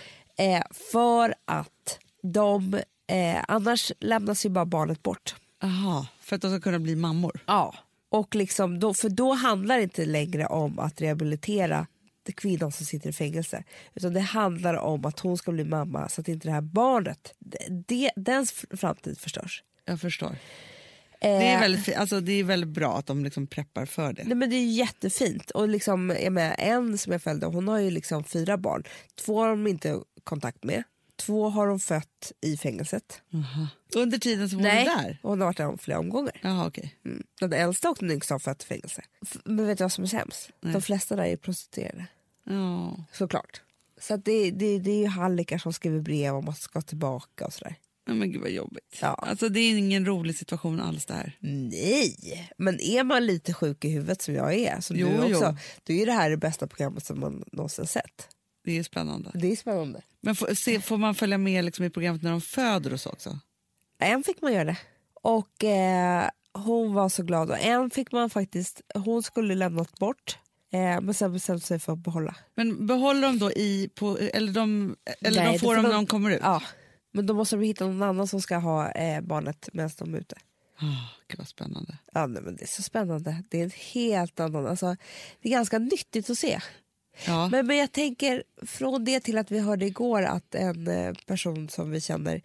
För att de annars lämnas ju bara barnet bort. Aha, för att de ska kunna bli mammor. Ja, och liksom för då handlar det inte längre om att rehabilitera det kvinnan som sitter i fängelse, utan det handlar om att hon ska bli mamma så att inte det här barnet, dens framtid förstörs. Jag förstår. Det är väldigt bra att de liksom preppar för det. Nej, men det är jättefint. Och liksom, en som jag följde, hon har ju liksom 4 barn. 2 har de inte kontakt med. 2 har de fött i fängelset. Under tiden som hon är där? Hon har varit där om flera omgångar. Jaha, okej. Den äldsta och den yngsta har fött i fängelse. Men vet du vad som är sämst? De flesta där är prostituerade. Såklart. Så att det är ju hallickar som skriver brev om att ska tillbaka och sådär. Men gud vad jobbigt. Ja. Alltså det är ingen rolig situation alls det här. Nej, men är man lite sjuk i huvudet som jag är, som du också, då är det här det bästa programmet som man någonsin sett. Det är spännande. Det är spännande. Men får man följa med liksom i programmet när de föder och så också? En fick man göra det. Och hon var så glad. Och en fick man faktiskt, hon skulle lämnat bort. Men sen bestämde sig för att behålla. Men behåller de då eller de får de när de kommer ut? Ja, men då måste de hitta någon annan som ska ha barnet medan de är ute. Gud vad spännande. Ja, nej, men det är så spännande. Det är en helt annan, alltså, det är ganska nyttigt att se. Ja. Men jag tänker från det till att vi hörde igår att en person som vi känner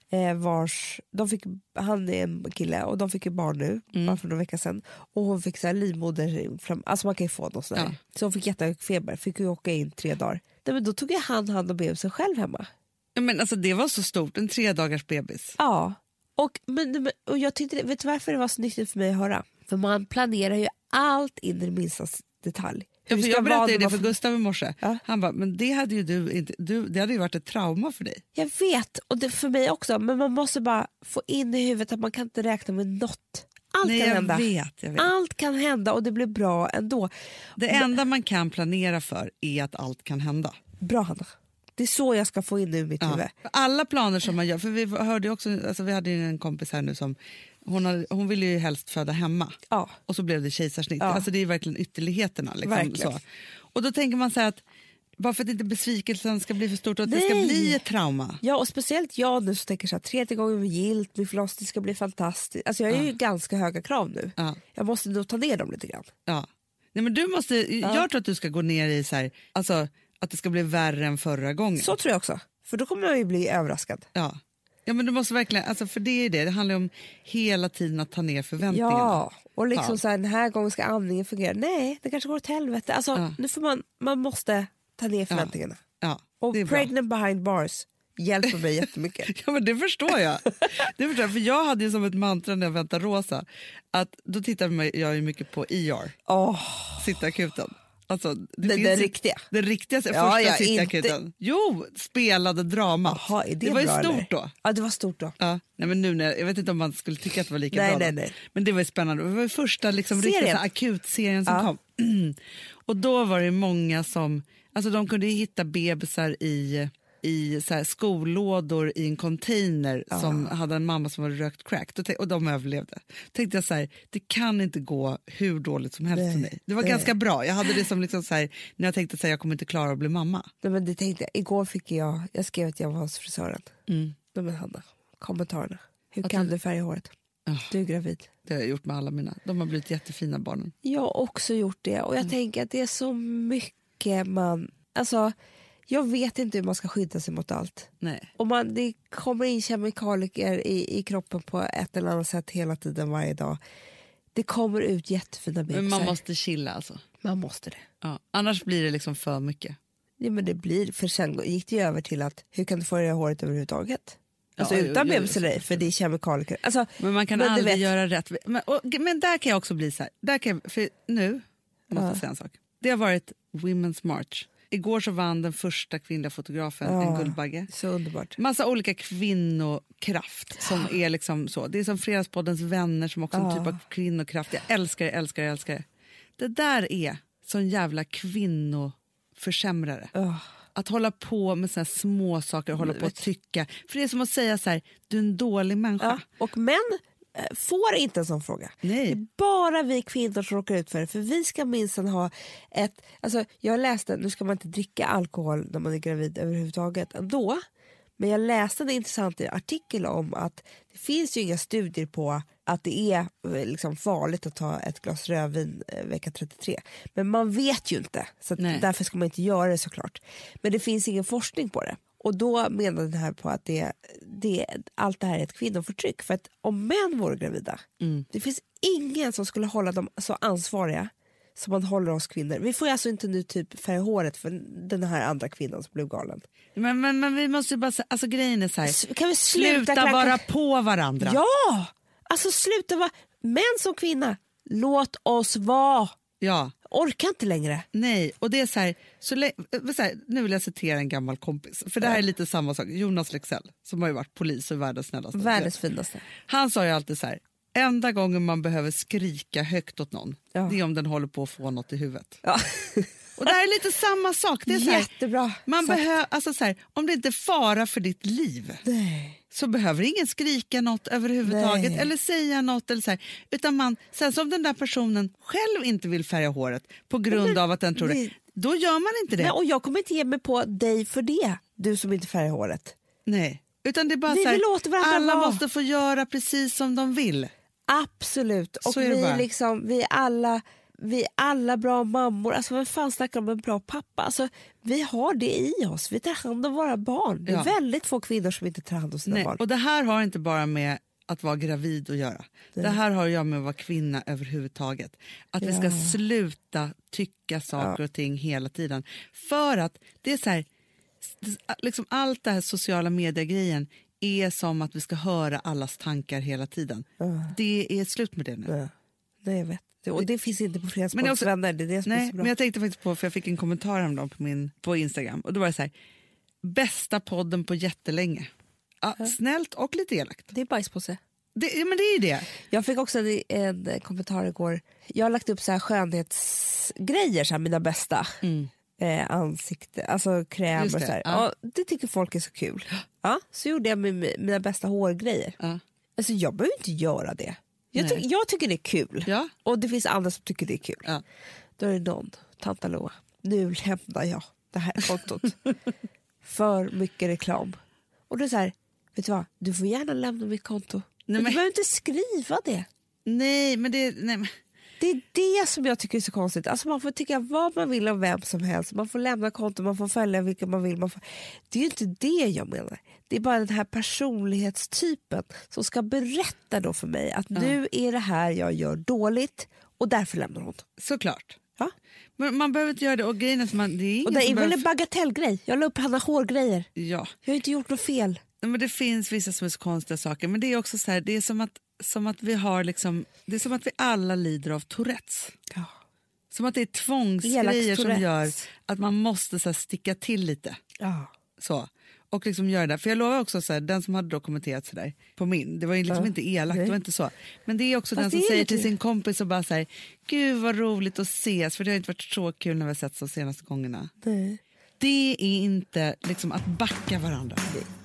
han är en kille och de fick ju barn nu bara för några veckor sedan och hon fick så här livmoder, alltså man kan ju få något sådär. Ja. Så hon fick jättehög feber, fick ju åka in 3 dagar. Nej, men då tog jag hand om bebisen själv hemma. Ja, men alltså det var så stort, en 3 dagars bebis. Ja, och jag tyckte, vet du varför det var så nyttigt för mig att höra? För man planerar ju allt in i minsta detalj. Ja, för jag berättade det för Gustav i morse. Ja. Han bara, men det hade ju det hade ju varit ett trauma för dig. Jag vet, och det för mig också. Men man måste bara få in i huvudet att man kan inte räkna med något. Allt kan hända. Jag vet. Allt kan hända och det blir bra ändå. Det enda man kan planera för är att allt kan hända. Bra, Hanna. Det är så jag ska få in i mitt huvud. Alla planer som man gör, för vi hörde också, alltså vi hade en kompis här nu som hon ville ju helst föda hemma. Ja. Och så blev det kejsarsnitt. Ja. Alltså det är verkligen ytterligheterna. Liksom, så. Och då tänker man så här att bara för att inte besvikelsen ska bli för stort och att det ska bli ett trauma. Ja, och speciellt jag nu så tänker så här, 3:e gången med gilt, min förlossning ska bli fantastiskt. Alltså jag är ju ganska höga krav nu. Ja. Jag måste nog ta ner dem lite grann. Ja. Nej, men du måste, jag tror att du ska gå ner i så här, alltså att det ska bli värre än förra gången. Så tror jag också. För då kommer jag ju bli överraskad. Ja. Ja, men du måste verkligen, alltså för det är det handlar om hela tiden att ta ner förväntningarna. Ja, och liksom så här, den här gången ska andningen fungera. Nej, det kanske går åt helvete. Alltså, nu får man måste ta ner förväntningarna. Ja, och pregnant behind bars hjälper mig jättemycket. Ja, men det förstår jag. För jag hade ju som ett mantra när jag väntade Rosa att då tittade jag ju mycket på ER. Sitta akuten. Alltså, den riktiga? Den riktiga första sittakuten. Jo, spelade drama. Aha, det var ju stort eller? Då. Ja, det var stort då. Ja. Nej, men nu jag vet inte om man skulle tycka att det var lika bra. Nej. Men det var ju spännande. Det var ju första liksom, riktiga akutserien som kom. Och då var det många som, alltså de kunde hitta bebisar i så här skollådor i en container som hade en mamma som hade rökt crack och de överlevde. Tänkte jag så här, det kan inte gå hur dåligt som helst för mig. Det var ganska bra. Jag hade det som liksom så här, när jag tänkte att jag kommer inte klara att bli mamma. Nej, men det tänkte jag. Igår fick jag skrev att jag var hos frisören. Nej, men Hanna, kommentarerna. Hur kan du färga håret? Du är gravid. Det har jag gjort med alla mina. De har blivit jättefina, barnen. Jag har också gjort det och jag tänker att det är så mycket alltså jag vet inte hur man ska skydda sig mot allt. Nej. Och det kommer in kemikalier i kroppen på ett eller annat sätt hela tiden, varje dag. Det kommer ut jättefina bebisar. Men man måste chilla alltså. Man måste det. Ja. Annars blir det liksom för mycket. Ja, men det blir, för sen gick det ju över till att hur kan du få det håret överhuvudtaget? Alltså utan bebisar, för det är kemikalier. Alltså, men man kan aldrig göra rätt. Men där kan jag också bli så här. Där kan jag, för nu måste jag säga en sak. Det har varit Women's March. Igår så vann den första kvinnliga fotografen en Guldbagge. Så underbart. Massa olika kvinnokraft som är liksom så. Det är som Fredagspoddens vänner som också är en typ av kvinnokraft. Jag älskar det. Det där är sån jävla kvinnoförsämrare. Att hålla på med såna små saker och hålla på att tycka. För det är som att säga så här, du är en dålig människa. Ja. Och män får inte en sån fråga. Nej. Det är bara vi kvinnor som råkar ut för det. För vi ska minst ha ett... Alltså, jag läste, nu ska man inte dricka alkohol när man är gravid överhuvudtaget ändå. Men jag läste en intressant artikel om att det finns ju inga studier på att det är liksom farligt att ta ett glas rödvin vecka 33. Men man vet ju inte, så därför ska man inte göra det såklart. Men det finns ingen forskning på det. Och då menar den här på att allt det här är ett kvinnoförtryck. För att om män vore gravida, det finns ingen som skulle hålla dem så ansvariga som man håller oss kvinnor. Vi får alltså inte nu typ färga håret för den här andra kvinnan som blev galen. Men vi måste ju bara säga, alltså grejen är så här, kan vi sluta vara på varandra? Ja, alltså sluta vara, män som kvinna, låt oss vara. Ja. orkar inte längre. Nej, och det är så här, nu vill jag citera en gammal kompis. För det här är lite samma sak. Jonas Lexell, som har ju varit polis och världens snällaste. Världens finaste. Han sa ju alltid så här, enda gången man behöver skrika högt åt någon, det är om den håller på att få något i huvudet. Ja. Och det här är lite samma sak. Det är så här, jättebra. Man behöver, alltså så här, om det inte är fara för ditt liv, så behöver ingen skrika något överhuvudtaget eller säga något. Eller så här, utan sen som den där personen själv inte vill färga håret på grund av att den tror det, då gör man inte det. Nej, och jag kommer inte ge mig på dig för det, du som inte färgar håret. Nej, utan det är bara vi så här, vill låta varandra alla vara. Måste få göra precis som de vill. Absolut. Och vi är alla bra mammor. Alltså vem fan snackar om en bra pappa? Alltså, vi har det i oss. Vi tar hand om våra barn. Det är väldigt få kvinnor som inte tar hand om sina barn. Och det här har inte bara med att vara gravid att göra. Det här har jag med att vara kvinna överhuvudtaget. Att vi ska sluta tycka saker och ting hela tiden. För att det är så här, liksom allt det här sociala mediegrejen är som att vi ska höra allas tankar hela tiden. Det är slut med det nu. Nej, jag vet. Och det finns inte på Fredagspoddvänner. Det är det som är så bra. Men jag tänkte faktiskt på, för jag fick en kommentar om dem på Instagram. Och då var det så här, bästa podden på jättelänge. Ja, snällt och lite elakt. Det är bajspåse. Men det är ju det. Jag fick också en kommentar igår. Jag har lagt upp så här skönhetsgrejer, så här, mina bästa ansikte, alltså kräm och så här. Ja, det tycker folk är så kul. Ja, så gjorde jag med mina bästa hårgrejer. Alltså jag behöver inte göra det. Jag tycker det är kul. Ja. Och det finns andra som tycker det är kul. Ja. Då är det någon, Tanta Loa, nu lämnar jag det här kontot. För mycket reklam. Och då är det så här, vet du vad? Du får gärna lämna mitt konto. Men du behöver inte skriva det. Nej, men det är det som jag tycker är så konstigt. Alltså man får tycka vad man vill om vem som helst. Man får lämna konto, man får följa vilka man vill. Det är ju inte det jag menar. Det är bara den här personlighetstypen som ska berätta då för mig att nu är det här jag gör dåligt och därför lämnar hon. Såklart. Ja. Men man behöver inte göra det. Och grejen är att det är ingen, och det är väl en bagatellgrej. Jag la upp Hanna hårgrejer. Ja. Jag har inte gjort något fel. Men det finns vissa som är så konstiga saker. Men det är också så här, det är som att vi har liksom, det är som att vi alla lider av Tourettes. Ja. Som att det är tvångsgrejer som gör att man måste så här, sticka till lite. Ja. Så. Och liksom göra det. För jag lovar också så här, den som hade då kommenterat så där på min, det var ju liksom inte elakt, det var inte så. Men det är också den som säger till sin kompis och bara så här, gud vad roligt att ses, för det har inte varit så kul när vi har sett de senaste gångerna. Det är inte liksom att backa varandra.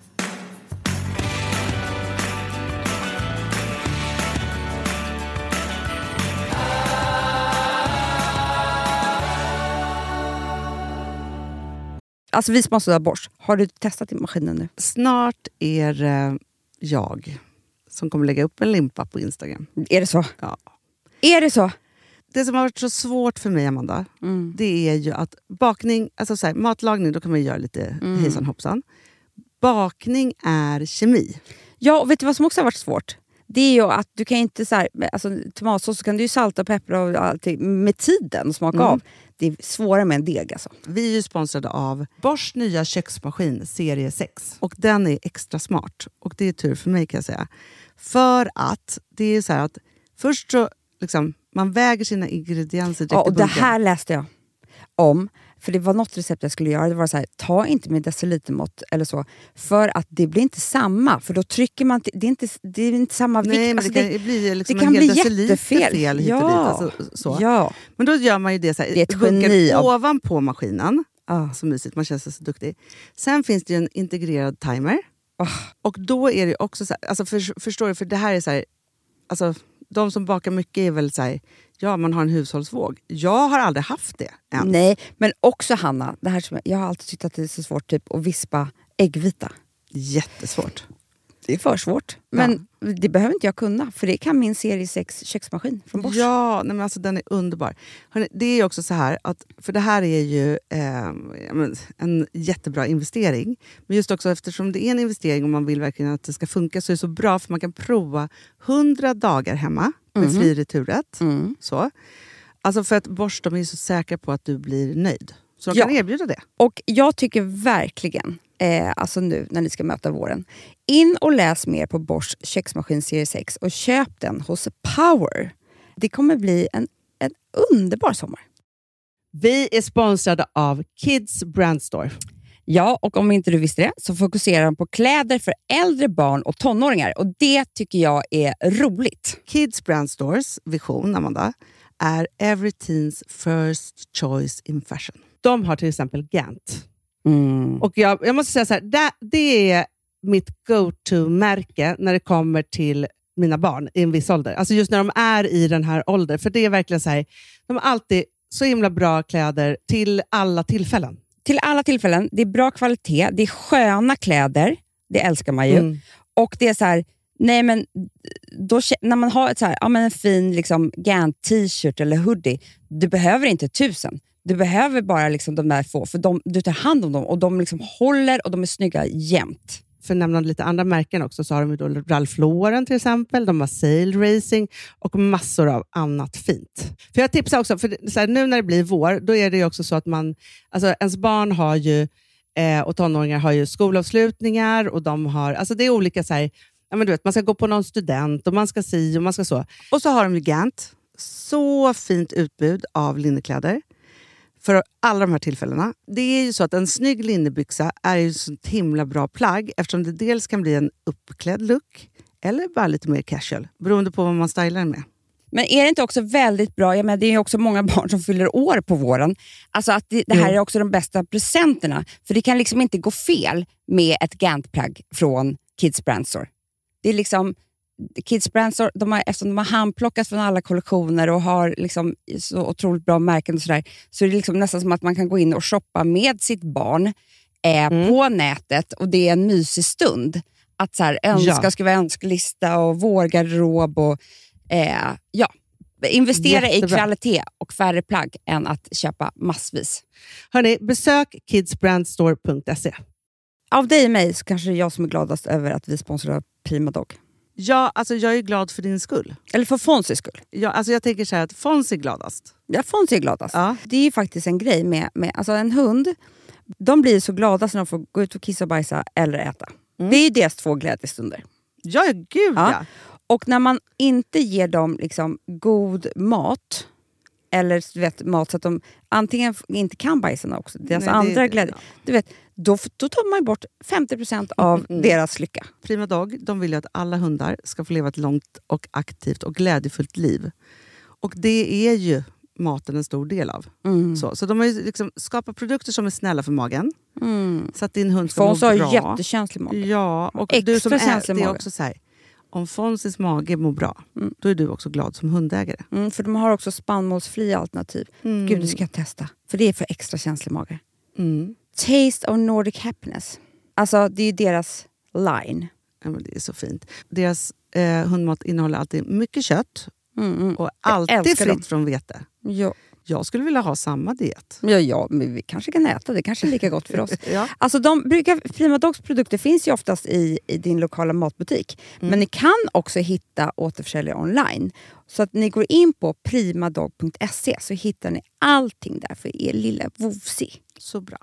Alltså vi som har sådär borst, har du testat i maskinen nu? Snart är jag som kommer lägga upp en limpa på Instagram. Är det så? Ja. Är det så? Det som har varit så svårt för mig, Amanda, det är ju att bakning, alltså så här, matlagning, då kan man göra lite hejsan hoppsan. Bakning är kemi. Ja, och vet du vad som också har varit svårt? Det är ju att du kan inte så här, alltså tomatsås så kan du ju salta och peppra och allting med tiden och smaka av. Det är svårare med en deg alltså. Vi är ju sponsrade av Bosch nya köksmaskin serie 6. Och den är extra smart. Och det är tur för mig kan jag säga. För att det är så här att först så liksom, man väger sina ingredienser direkt. Ja, och det här läste jag om. För det var något recept jag skulle göra. Det var så här, ta inte med decilitermått eller så. För att det blir inte samma. För då trycker man, det är inte samma vikt. Nej, men alltså, det kan bli liksom det kan en hel bli deciliter fel hit och dit. Alltså, så. Ja. Men då gör man ju det så här. Det är ett geni ovanpå maskinen. Så mysigt, man känns så duktig. Sen finns det ju en integrerad timer. Och då är det också så här, alltså förstår du, för det här är så här, alltså de som bakar mycket är väl så här, ja, man har en hushållsvåg. Jag har aldrig haft det än. Nej, men också Hanna, det här som jag har alltid tyckt att det är så svårt typ att vispa äggvita. Jättesvårt. Det är för svårt. Men det behöver inte jag kunna, för det kan min serie 6 köksmaskin från Bosch. Ja, nej men alltså den är underbar. Hörrni, det är också så här, att, för det här är ju en jättebra investering. Men just också eftersom det är en investering och man vill verkligen att det ska funka, så är det så bra för man kan prova 100 dagar hemma med fri returrätt. Så. Alltså för att Bosch, de är så säkra på att du blir nöjd. Så de kan erbjuda det. Och jag tycker verkligen, alltså nu när ni ska möta våren, in och läs mer på Bosch köksmaskin serie 6 och köp den hos Power. Det kommer bli en underbar sommar. Vi är sponsrade av Kids Brand Store. Ja, och om inte du visste det så fokuserar de på kläder för äldre barn och tonåringar. Och det tycker jag är roligt. Kids Brand Stores vision, Amanda, är every teens first choice in fashion. De har till exempel Gant. Och jag måste säga så här, det är mitt go-to-märke när det kommer till mina barn i en viss ålder. Alltså just när de är i den här åldern. För det är verkligen så här, de har alltid så himla bra kläder till alla tillfällen. Till alla tillfällen. Det är bra kvalitet. Det är sköna kläder. Det älskar man ju. Och det är så här, nej men då, när man har ett så här, ja, men en fin liksom, Gant t-shirt eller hoodie, du behöver inte 1000. Du behöver bara liksom, de där få. För du tar hand om dem och de liksom håller och de är snygga jämt. För att nämna lite andra märken också så har de ju då Ralph Lauren till exempel, de har Sail Racing och massor av annat fint. För jag tipsar också, för så här, nu när det blir vår, då är det ju också så att ens barn har ju, och tonåringar har ju skolavslutningar och de har, alltså det är olika så här, ja men du vet, man ska gå på någon student och man ska si och man ska så. Och så har de ju Gant, så fint utbud av linnekläder. För alla de här tillfällena. Det är ju så att en snygg linnebyxa är ju så ett himla bra plagg eftersom det dels kan bli en uppklädd look eller bara lite mer casual, beroende på vad man stylar med. Men är det inte också väldigt bra, jag menar, det är ju också många barn som fyller år på våren, alltså att det här är också de bästa presenterna, för det kan liksom inte gå fel med ett Gant-plagg från Kids Brand Store. Det är liksom Kids Brand Store, eftersom de har handplockat från alla kollektioner och har liksom så otroligt bra märken och sådär, så är det liksom nästan som att man kan gå in och shoppa med sitt barn på nätet och det är en mysig stund att så här, skriva önskelista och vårgarderob och investera Jättebra. i kvalitet och färre plagg än att köpa massvis. Hörrni, besök kidsbrandstore.se. Av dig och mig så kanske det är jag som är gladast över att vi sponsrar Prima Dog. Ja, alltså jag är glad för din skull. Eller för Fonzys skull. Ja, alltså jag tänker så här att Fonzie är gladast. Ja, Fonzie är gladast. Ja. Det är ju faktiskt en grej med alltså en hund. De blir så glada när de får gå ut och kissa och bajsa eller äta. Det är ju deras 2 glädjestunder. Ja, gud ja. Och när man inte ger dem liksom god mat, eller du vet, mat så att de antingen inte kan bajsa också, deras andra glädje, du vet, då tar man bort 50% av deras lycka. Prima Dog, de vill ju att alla hundar ska få leva ett långt och aktivt och glädjefullt liv. Och det är ju maten en stor del av. Så de har ju liksom skapat produkter som är snälla för magen. Så att din hund ska må bra. Fons har jättekänslig mage. Ja, och extra du som känslig det är mage. också så här, om Fonzies mage mår bra, då är du också glad som hundägare. För de har också spannmålsfria alternativ. Gud, det ska jag testa. För det är för extra känslig mage. Taste of Nordic Happiness. Alltså, det är ju deras line. Ja, men det är så fint. Deras hundmat innehåller alltid mycket kött. Och alltid fritt från vete. Ja. Jag skulle vilja ha samma diet. Ja, men vi kanske kan äta. Det kanske är lika gott för oss. Ja. Alltså Prima Dogs produkter finns ju oftast i din lokala matbutik. Men ni kan också hitta återförsäljare online. Så att ni går in på primadog.se så hittar ni allting där för er lilla vovsi. Så bra.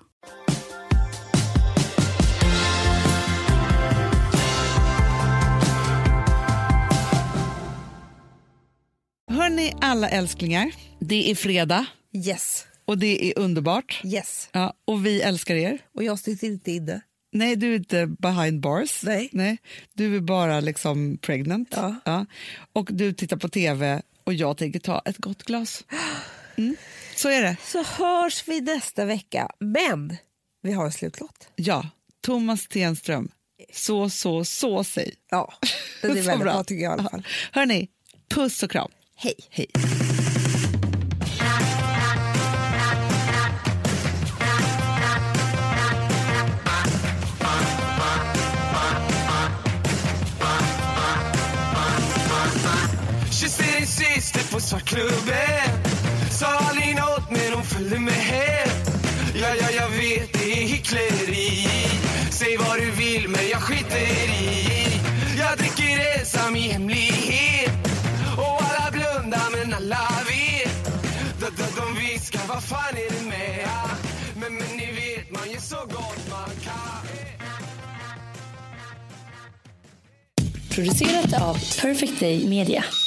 Hörrni alla älsklingar, det är fredag. Yes. Och det är underbart. Yes. Ja, och vi älskar er. Och jag sitter inte inne. Nej, du är inte behind bars. Nej. Du är bara liksom pregnant. Ja. Och du tittar på tv och jag tänker ta ett gott glas. Så är det. Så hörs vi nästa vecka. Men vi har en slutlåt. Ja, Thomas Stenström. Så säg. Ja, det är Så väldigt bra. bra tycker jag i alla fall. Hörni, puss och kram. Hej. Hej. Kysste din syster på svartklubben. Sa aldrig något men hon följde med hem. Ja, jag vet det är hyckleri. Säg vad du vill men jag skiter i. Jag dricker ensam i hemlighet. Och alla blundar men alla vet. De viskar vad fan är det med. Men ni vet man gör så gott man kan. Producerat av Perfect Day Media.